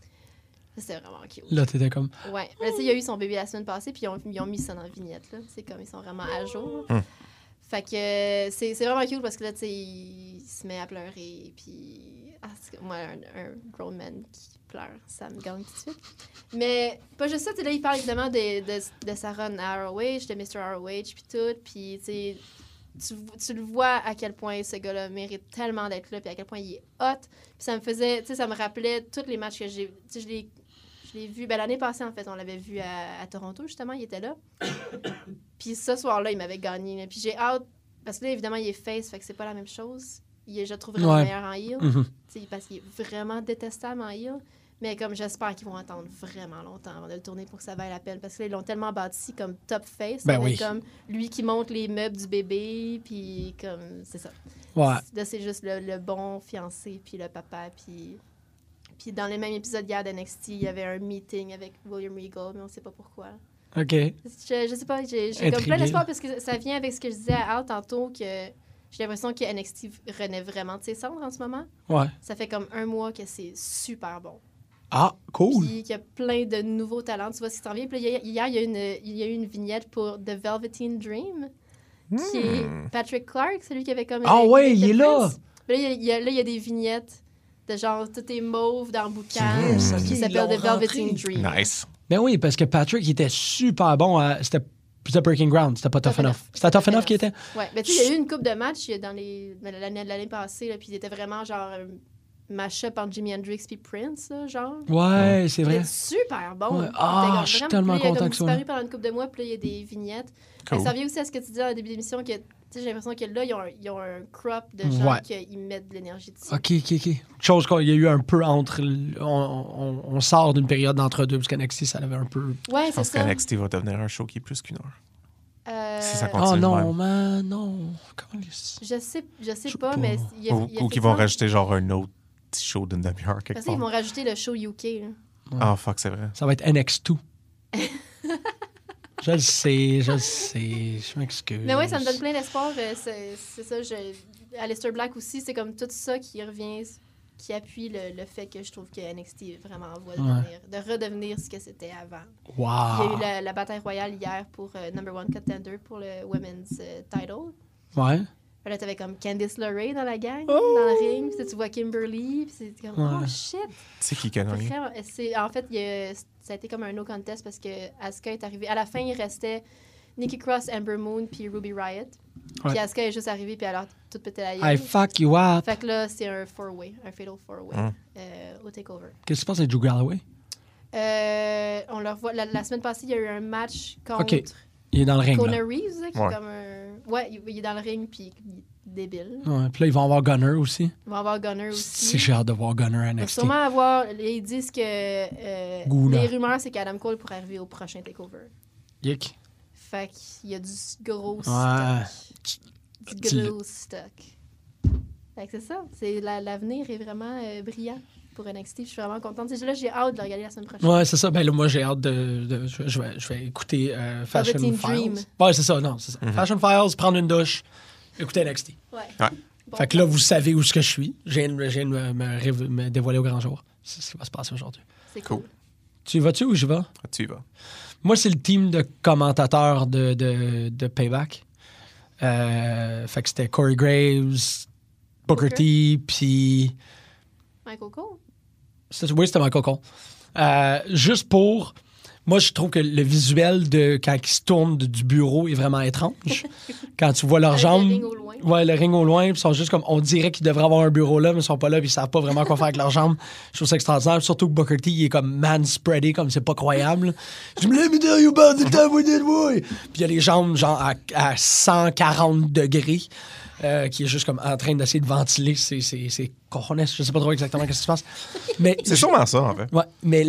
C'est vraiment cute. Là, t'étais comme... Ouais. Là, tu sais, il y a eu son bébé la semaine passée, puis ils ont mis ça dans la vignette, là. C'est comme, ils sont vraiment à jour. Fait que c'est vraiment cute parce que là, tu sais, il se met à pleurer, puis... moi, un grown man qui pleure, ça me gagne tout de suite. Mais pas juste ça, tu sais, là, il parle évidemment de sa run à ROH, de Mr. ROH, puis tout, puis tu sais, tu le vois à quel point ce gars-là mérite tellement d'être là, puis à quel point il est hot. Puis ça me faisait, tu sais, ça me rappelait tous les matchs que j'ai... Tu sais, je l'ai vu, l'année passée, en fait, on l'avait vu à Toronto, justement, il était là. Puis ce soir-là, il m'avait gagné. Là. Puis j'ai hâte, parce que là, évidemment, il est face, fait que c'est pas la même chose. Je le trouve vraiment meilleur en heel, parce qu'il est vraiment détestable en heel. Mais comme j'espère qu'ils vont attendre vraiment longtemps avant de le tourner pour que ça vaille la peine. Parce que là, ils l'ont tellement bâti comme top face. Avec comme lui qui monte les meubles du bébé, puis comme, c'est ça. Ouais. Là, c'est juste le bon fiancé, puis le papa, puis dans le même épisode hier de NXT, il y avait un meeting avec William Regal, mais on ne sait pas pourquoi. OK. Je sais pas, j'ai comme plein d'espoir parce que ça vient avec ce que je disais à Al tantôt, que j'ai l'impression que NXT renaît vraiment de ses cendres en ce moment. Ouais. Ça fait comme 1 mois que c'est super bon. Ah, cool. Puis qu'il y a plein de nouveaux talents, tu vois ce qui s'en vient. Puis là, hier, il y a eu une vignette pour The Velveteen Dream, qui est Patrick Clark, celui qui avait comme... Ah ouais, il est là! Là, il y a des vignettes de genre, tout est mauve dans le boucan, qui s'appelle The Velveteen Dream. Nice. Ben oui, parce que Patrick, il était super bon à... C'était Breaking Ground, c'était pas Tough Enough. C'était Tough Enough qui était? Ouais, mais tu sais, il y a eu une couple de matchs dans l'année passée, là, puis il était vraiment genre... mash-up entre Jimi Hendrix puis Prince, là, genre. Ouais, c'est vrai. C'est super bon. Ouais. Ah, je suis tellement content que ça. Il a disparu pendant une couple de mois, puis là, il y a des vignettes. Cool. Ça revient aussi à ce que tu disais au début de l'émission, que j'ai l'impression que là, ils ont un crop de gens qui mettent de l'énergie dessus. OK. Chose qu'il y a eu un peu entre... On sort d'une période d'entre-deux, parce qu'NXT, ça avait un peu... Ouais, je pense qu'NXT va devenir un show qui est plus qu'1 heure. Si ça Oh continue non, man, non. Je sais pas, mais... Ou qu'ils vont rajouter genre un autre petit show d'une demi-heure quelque part. Parce qu'ils vont rajouter le show UK. Ah, fuck, c'est vrai. Ça va être NX2. Je le sais, je m'excuse. Mais ouais, ça me donne plein d'espoir. C'est ça, Aleister Black aussi, c'est comme tout ça qui revient, qui appuie le fait que je trouve que NXT est vraiment en voie de redevenir ce que c'était avant. Wow. Il y a eu la bataille royale hier pour number 1 contender pour le women's title. Ouais. Là, t'avais comme Candice LeRae dans la gang, dans le ring. Puis tu vois Kimberly. Puis c'est comme, oh shit. C'est qui a gagné? En fait, ça a été comme un no contest parce que Asuka est arrivée. À la fin, il restait Nikki Cross, Ember Moon, puis Ruby Riott. Puis Asuka est juste arrivée, puis elle a tout pété la gueule. I fuck you up. Fait que là, c'est un four-way, un fatal four-way au takeover. Qu'est-ce qui se passe avec Drew Galloway? On le revoit. La semaine passée, il y a eu un match contre... OK. Il est dans le ring. Kona Reeves, qui est comme un... Ouais, il est dans le ring, puis il est débile. Ouais, puis là, ils vont avoir Gunner aussi. Ils vont avoir Gunner aussi. C'est j'ai hâte de voir Gunner à NXT. Il va sûrement avoir... Ils disent que... les rumeurs, c'est qu'Adam Cole pourrait arriver au prochain takeover. Yick. Fait qu'il y a du gros stock. Du gros stock. Fait que c'est ça. L'avenir est vraiment brillant. pour NXT. Je suis vraiment contente. Là, j'ai hâte de le regarder la semaine prochaine. Ouais, c'est ça. Ben là, moi, j'ai hâte je vais écouter Fashion Velveteen Files. Dream. Ouais, c'est ça. Non, c'est ça. Fashion Files, prendre une douche, écouter NXT. Ouais. Bon, Fait que là, vous savez où ce que je suis. Je viens de me dévoiler au grand jour. C'est ce qui va se passer aujourd'hui. c'est cool. Tu y vas-tu ou j'y vais? Tu y vas. Moi, c'est le team de commentateurs de Payback. Fait que c'était Corey Graves, Booker T, puis... Michael Cole? Oui, c'était Michael Cole. Juste pour... Moi, je trouve que le visuel de quand ils se tournent du bureau est vraiment étrange. Quand tu vois leurs Avec jambes... le ring au loin. Ouais, le ring au loin, puis ils sont juste comme... On dirait qu'ils devraient avoir un bureau là, mais ils sont pas là, puis ils savent pas vraiment quoi faire avec leurs jambes. Je trouve ça extraordinaire. Surtout que Booker T, il est comme man-spreadé, comme c'est pas croyable. Je me let me tell you about the time we did, boy! Puis il y a les jambes, genre, à 140 degrés, qui est juste comme en train d'essayer de ventiler. C'est cojones, je sais pas trop exactement qu'est-ce qui se passe. Mais... C'est sûrement ça, en fait. Ouais, mais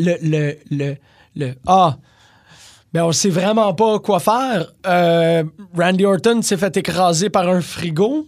ben on sait vraiment pas quoi faire. Randy Orton s'est fait écraser par un frigo.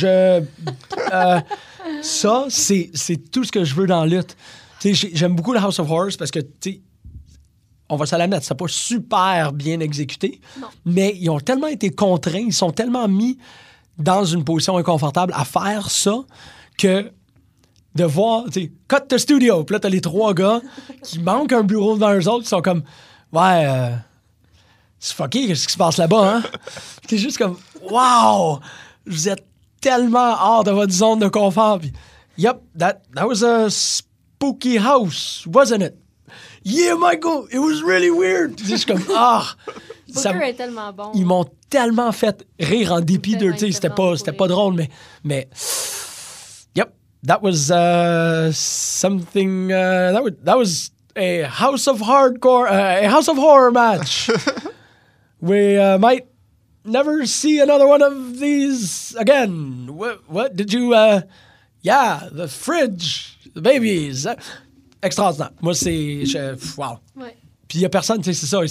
Ça, c'est tout ce que je veux dans la lutte. J'aime beaucoup le House of Horrors parce que, on va se la mettre, c'est pas super bien exécuté, mais ils ont tellement été contraints, ils sont tellement mis dans une position inconfortable à faire ça que de voir, cut the studio, puis là, t'as les 3 gars qui manquent un bureau devant eux autres, qui sont comme, ouais, c'est fucké, qu'est-ce qui se passe là-bas, hein? T'es juste comme, wow! Vous êtes tellement hors de votre zone de confort. Puis, yep, that was a spooky house, wasn't it? Yeah, Michael, it was really weird. C'est juste comme, Booker est tellement bon. Ils m'ont tellement fait rire en dépit d'eux. C'était pas drôle, mais yep, that was something. That was a House of Hardcore, a House of Horror match. We might never see another one of these again. What did you? Yeah, the fridge, the babies. Extraordinaire. Moi, wow. Ouais. Puis il y a personne, c'est ça,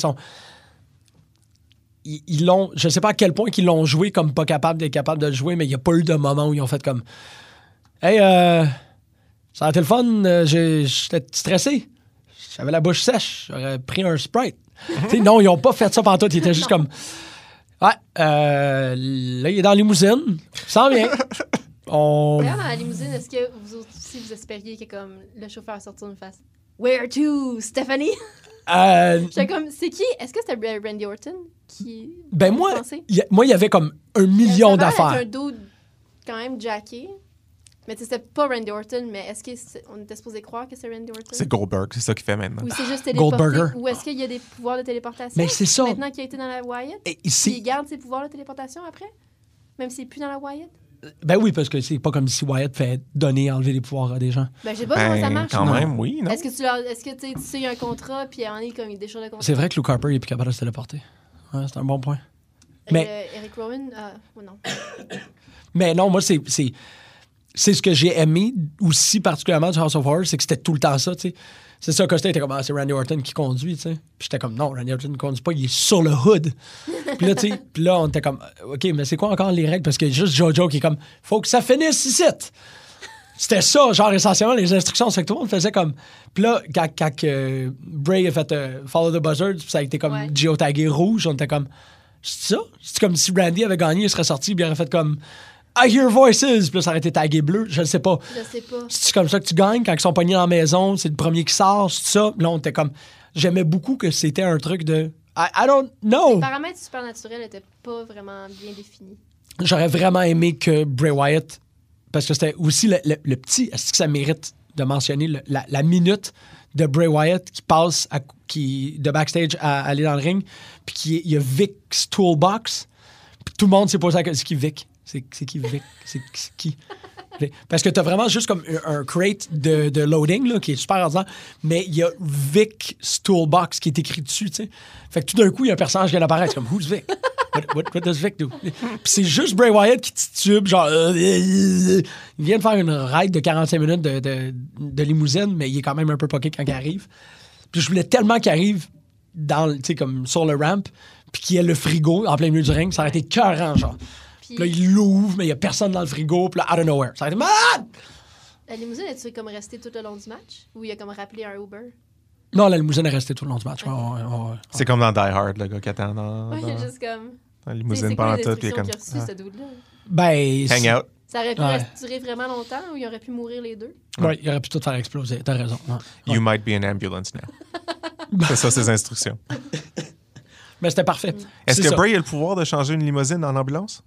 ils l'ont, je sais pas à quel point qu'ils l'ont joué comme pas capable d'être capable de le jouer, mais il n'y a pas eu de moment où ils ont fait comme hey, ça a été le fun, j'étais stressé, j'avais la bouche sèche, j'aurais pris un Sprite. Non, ils n'ont pas fait ça pendant tout, ils étaient juste comme ouais, là il est dans la limousine, il s'en vient. D'ailleurs, dans la limousine, est-ce que vous aussi vous espériez que comme le chauffeur sortir une face Where to, Stephanie? J'étais comme, c'est qui? Est-ce que c'était Randy Orton qui... Ben moi, il y avait comme 1 million d'affaires. Avec un dude quand même jacké. Mais c'était pas Randy Orton, mais est-ce qu'on était supposé croire que c'est Randy Orton? C'est Goldberg, c'est ça qu'il fait maintenant. Ou c'est juste téléporté? Goldberger. Ou est-ce qu'il y a des pouvoirs de téléportation? Mais c'est ça. Maintenant qu'il a été dans la Wyatt? Il garde ses pouvoirs de téléportation après? Même s'il n'est plus dans la Wyatt? Ben oui, parce que c'est pas comme si Wyatt fait enlever les pouvoirs à des gens. Ben, je sais pas comment ça marche. Quand même, oui, non? Est-ce que tu sais, il y a un contrat, puis on est comme il déchire le contrat? C'est vrai que Luke Harper, il est plus capable de se téléporter. Ouais, c'est un bon point. Mais Eric Rowan, non. Mais non, moi, c'est ce que j'ai aimé aussi particulièrement du House of Horrors, c'est que c'était tout le temps ça, tu sais. C'est ça, Costa était comme, c'est Randy Orton qui conduit, tu sais. Puis j'étais comme, non, Randy Orton ne conduit pas, il est sur le hood. Puis là, tu sais, on était comme, OK, mais c'est quoi encore les règles? Parce qu'il y a juste Jojo qui est comme, faut que ça finisse ici. C'était ça, genre, essentiellement, les instructions, c'est que tout le monde faisait comme... Puis là, quand Bray a fait Follow the Buzzard, ça a été comme géotagué rouge, on était comme, c'est ça? C'est comme si Randy avait gagné, il serait sorti, puis il aurait fait comme... I hear voices, puis là, ça aurait été tagué bleu, je ne sais pas. Je sais pas. C'est comme ça que tu gagnes quand ils sont pognés dans la maison, c'est le premier qui sort, c'est ça. Là, on était comme. J'aimais beaucoup que c'était un truc de. I don't know. Les paramètres supernaturels n'étaient pas vraiment bien définis. J'aurais vraiment aimé que Bray Wyatt, parce que c'était aussi le petit. Est-ce que ça mérite de mentionner la minute de Bray Wyatt qui passe de backstage à aller dans le ring, puis il y a Vic's Toolbox, puis tout le monde s'est posé la question, c'est qui Vic? C'est qui Vic? C'est qui? Parce que t'as vraiment juste comme un crate de loading là, qui est super ordinaire, mais il y a Vic's Toolbox qui est écrit dessus, tu sais. Fait que tout d'un coup, il y a un personnage qui vient d'apparaître. C'est comme, who's Vic? What does Vic do? Puis c'est juste Bray Wyatt qui titube, genre... il vient de faire une ride de 45 minutes de limousine, mais il est quand même un peu poqué quand il arrive. Puis je voulais tellement qu'il arrive tu sais, comme sur le ramp, puis qu'il y ait le frigo en plein milieu du ring. Ça aurait été écœurant, genre. Puis là, il l'ouvre, mais il n'y a personne dans le frigo. Puis là, out of nowhere. Ça a été malade! La limousine, est-tu comme restée tout le long du match? Ou il a comme rappelé un Uber? Non, la limousine est restée tout le long du match. Okay. Ouais. C'est comme dans Die Hard, le gars qui attend dans juste comme... la limousine pendant tout. C'est quoi les instructions qu'il a reçues, ce dude-là? Ben... Hang out. Ça aurait pu durer vraiment longtemps ou il aurait pu mourir les deux? Ouais, il aurait pu tout faire exploser. T'as raison. Ouais. You might be an ambulance now. C'est ça, ses instructions. Mais c'était parfait. Est-ce que Bray a le pouvoir de changer une limousine en ambulance?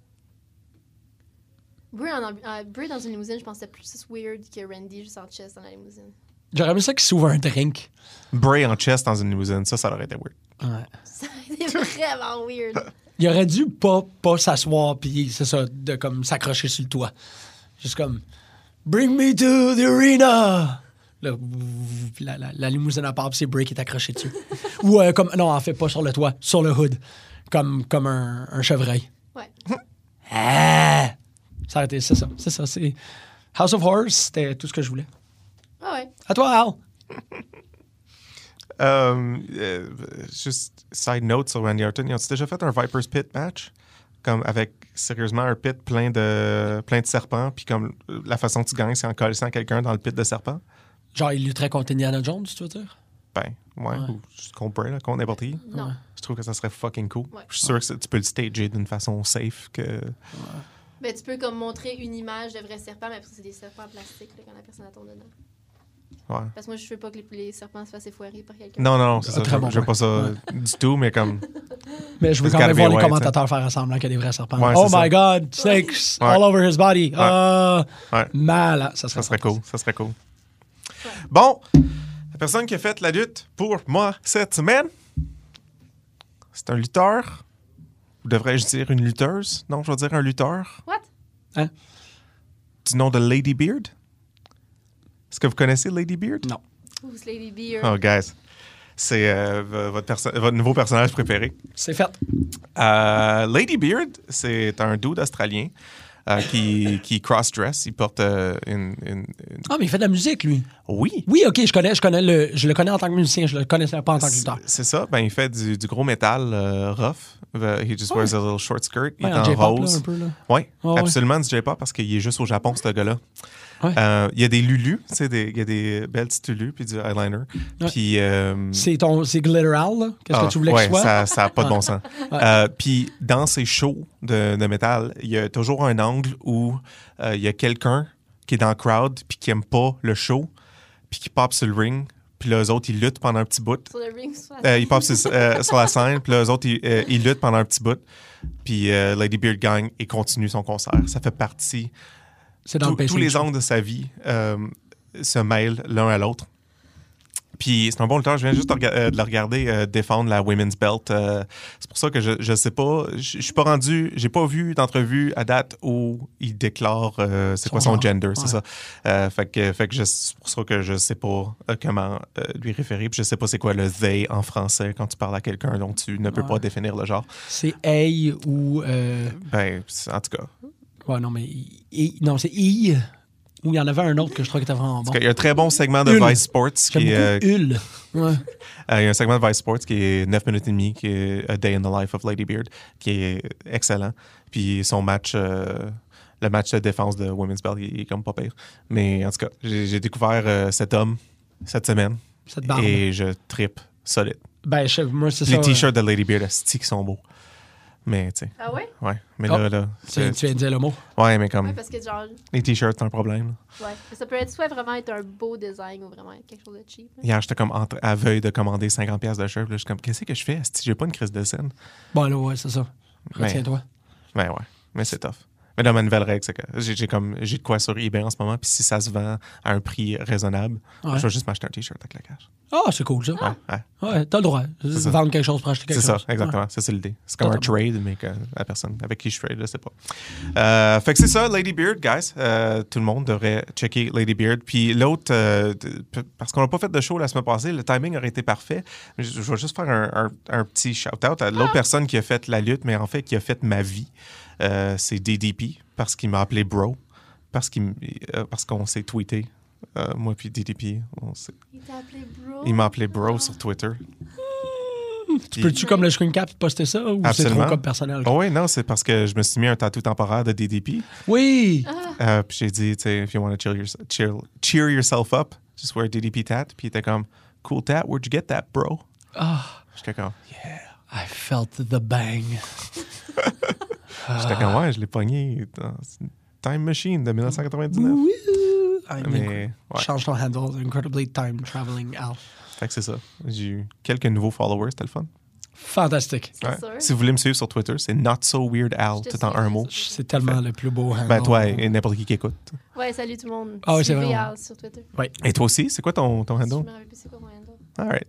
Bray dans une limousine, je pensais plus weird que Randy juste en chest dans la limousine. J'aurais aimé ça qu'il s'ouvre un drink. Bray en chest dans une limousine, ça aurait été weird. Ouais. Ça aurait été vraiment weird. Il aurait dû pas s'asseoir puis c'est ça, de comme s'accrocher sur le toit. Juste comme Bring me to the arena! Là, puis la limousine à part, puis c'est Bray qui est accroché dessus. Ou comme. Non, en fait, pas sur le toit, sur le hood. Comme un chevreuil. Ouais. Ah! Ça a été, c'est ça. C'est House of Horrors, c'était tout ce que je voulais. Ah ouais. À toi, Al. Juste side note sur Randy Orton, ils ont déjà fait un Viper's Pit match? Comme avec, sérieusement, un pit plein de serpents, puis comme la façon que tu gagnes, c'est en collissant quelqu'un dans le pit de serpents? Genre, il lutterait contre Indiana Jones, tu veux dire? Ben, ouais. Ou juste contre Bray, contre n'importe qui. Non. Je trouve que ça serait fucking cool. Ouais. Je suis sûr que tu peux le stager d'une façon safe que... Ben, tu peux comme montrer une image de vrai serpent, mais après, c'est des serpents en plastique là, quand la personne tombe dedans. Ouais. Parce que moi, je veux pas que les serpents se fassent effoirer par quelqu'un. Non, c'est ça. Très bon Je veux pas ça du tout, mais comme... Mais je veux It's quand même gotta voir be les white, commentateurs faire semblant qu'il y a des vrais serpents. Ouais, oh c'est my God, snakes Ouais. all over his body. Ouais. Malade. Ça Ça serait fantastique. cool. Bon, la personne qui a fait la lutte pour moi cette semaine, c'est un lutteur. Ou devrais-je dire une lutteuse? Non, je vais dire un lutteur. What? Hein? Du nom de Lady Beard. Est-ce que vous connaissez Lady Beard? Non. Who's Lady Beard? Oh, guys. C'est votre nouveau personnage préféré. C'est fait. Lady Beard, c'est un dude australien qui cross-dress. Il porte une... Ah, mais il fait de la musique, lui. Oui. Oui, OK, je le connais en tant que musicien, je le connaissais pas en tant que lutteur. C'est ça. Ben, il fait du gros métal rough. He just wears a little short skirt. Il est en en J-pop, rose. là, un peu, là. Oui, Ouais. absolument du J-pop parce qu'il est juste au Japon, ce gars-là. Ouais. Il y a des lulus, tu sais, il y a des belles petites lulus puis du eyeliner. Ouais. Puis... C'est Glitter Al, là? Qu'est-ce que tu voulais qu'il soit? Ça n'a pas de bon sens. Puis dans ces shows de métal, il y a toujours un angle où il y a quelqu'un qui est dans le crowd puis qui aime pas le show puis qui pop sur le ring. Puis là, eux autres, ils luttent pendant un petit bout. Sur le ring, Ils pop sur la scène. Puis là, eux autres, ils luttent pendant un petit bout. Puis Lady Beard gagne et continue son concert. Ça fait partie... C'est dans le Tous les angles de sa vie se mêlent l'un à l'autre. Puis c'est un bon lutteur. Je viens juste de le regarder défendre la Women's Belt. C'est pour ça que je sais pas. Je suis pas rendu. J'ai pas vu d'entrevue à date où il déclare c'est quoi son gender. C'est ça. Fait que c'est pour ça que je sais pas comment lui référer. Puis je sais pas c'est quoi le they en français quand tu parles à quelqu'un dont tu ne peux pas définir le genre. C'est A ou. Ben, en tout cas. Ouais, non, mais. Non, c'est I. Ou il y en avait un autre que je trouvais qui était vraiment bon. Il y a un très bon segment de Vice Sports. J'aime beaucoup Hull. Ouais. Il y a un segment de Vice Sports qui est 9 minutes et demie, qui est A Day in the Life of Lady Beard, qui est excellent. Puis son match, le match de défense de Women's Belt, il est comme pas pire. Mais en tout cas, j'ai découvert cet homme cette semaine. Cette barbe. Et je trippe solide. Ben, moi, c'est ça. Les t-shirts de Lady Beard, asti qui sont beaux. Mais, tu sais. Ah ouais? Ouais. Mais Oh. là. Tu viens de dire le mot. Ouais, mais comme. Ouais, parce que genre. Les t-shirts, c'est un problème. Là. Ouais. Ça peut être soit vraiment être un beau design ou vraiment être quelque chose de cheap. Là. Hier, j'étais comme à veille de commander 50$ de shirt. Là, je suis comme, qu'est-ce que je fais? Asti, j'ai pas une crise de scène. Bon, là, ouais, c'est ça. Retiens-toi. Ben ouais, mais c'est tough. Mais là, ma nouvelle règle, c'est que j'ai de quoi sur eBay en ce moment, puis si ça se vend à un prix raisonnable, Ouais. je vais juste m'acheter un t-shirt avec la cash. Ah, c'est cool, ça. Ouais. Ouais, t'as le droit. ça. Vendre quelque chose pour acheter quelque C'est chose. ça, exactement. Ouais. Ça, c'est l'idée. C'est comme Totalement. un trade, mais que la personne avec qui je trade, je sais pas. Fait que c'est ça, Lady Beard, guys. Tout le monde devrait checker Lady Beard. Puis l'autre, parce qu'on n'a pas fait de show la semaine passée, le timing aurait été parfait. Je vais juste faire un petit shout-out à l'autre personne qui a fait la lutte, mais en fait qui a fait ma vie. C'est DDP, parce qu'il m'a appelé bro, parce qu'on s'est tweeté. Moi puis DDP, Il t'a appelé bro. il m'a appelé bro sur Twitter. Tu peux-tu, comme le screen cap, poster ça ou c'est trop comme personnel? Oh oui, non, c'est parce que je me suis mis un tatou temporaire de DDP. Oui! Puis j'ai dit, tu sais, if you want to cheer yourself up, just wear a DDP tat. Puis il était comme, cool tat, where'd you get that, bro? J'étais comme, yeah. I felt the bang. J'étais comme, ouais, je l'ai pogné dans une time machine de 1999. Mais, ouais. Change ton handle, incredibly time traveling Al. Fait que c'est ça. J'ai eu quelques nouveaux followers, c'était le fun. Fantastique. Ouais. Si vous voulez me suivre sur Twitter, c'est Not So Weird Al, tout en un mot. C'est tellement le plus beau handle. Ben toi et n'importe qui écoute. Ouais, salut tout le monde. Ah oui, c'est vrai. Al sur Twitter. Ouais. Et toi aussi, c'est quoi ton handle? Je me rappelle plus c'est quoi mon handle. All right.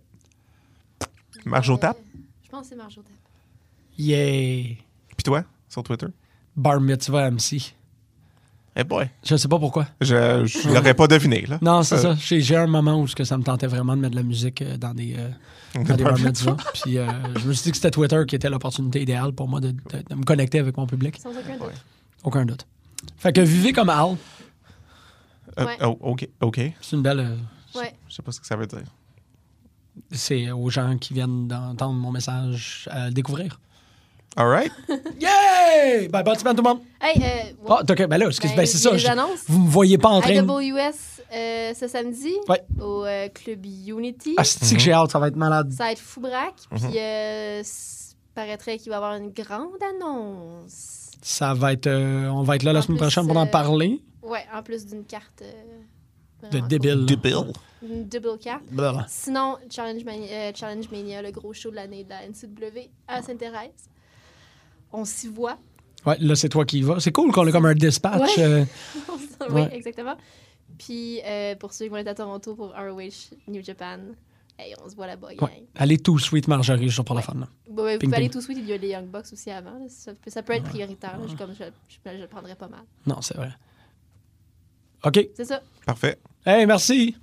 Marjo Tap? Je pense que c'est Marjo Tap. Yeah. Puis toi, sur Twitter? Bar Mitzvah MC. Eh boy. Je sais pas pourquoi. Je l'aurais pas deviné, là. Non, c'est ça. J'ai un moment où ça me tentait vraiment de mettre de la musique dans des bar mitzvahs. Puis je me suis dit que c'était Twitter qui était l'opportunité idéale pour moi de me connecter avec mon public. Sans aucun doute. Aucun doute. Fait que vivez comme Al. Ouais. OK. C'est une belle... Ouais. Je sais pas ce que ça veut dire. C'est aux gens qui viennent d'entendre mon message à le découvrir. All right. Yay! Bye, bonne semaine tout le monde. Hey, OK, ben là, c'est ça. les annonces. Vous me voyez pas en train de... IWS ce samedi au Club Unity. Ah, c'est que j'ai hâte, ça va être malade. Ça va être fou braque. Puis, paraîtrait qu'il va y avoir une grande annonce. Ça va être... on va être là la semaine prochaine pour en parler. Ouais, en plus d'une carte... de débile. Une double carte. Blablabla. Sinon, Challenge Mania, le gros show de l'année de la NCW à Sainte-Thérèse. On s'y voit. Ouais, là, c'est toi qui y vas. C'est cool qu'on ait comme un dispatch. Ouais. Oui, Ouais. exactement. Puis, pour ceux qui vont être à Toronto pour ROH New Japan, hey, on se voit là-bas, gang. Ouais. Allez tout Sweet Marjorie, juste pour la fun. Là. Ouais, vous Ping, pouvez aller ping. tout de suite, il y a les Young Bucks aussi avant. Là. Ça peut être prioritaire. Là. Je le prendrais pas mal. Non, c'est vrai. OK. C'est ça. Parfait. Hey, merci.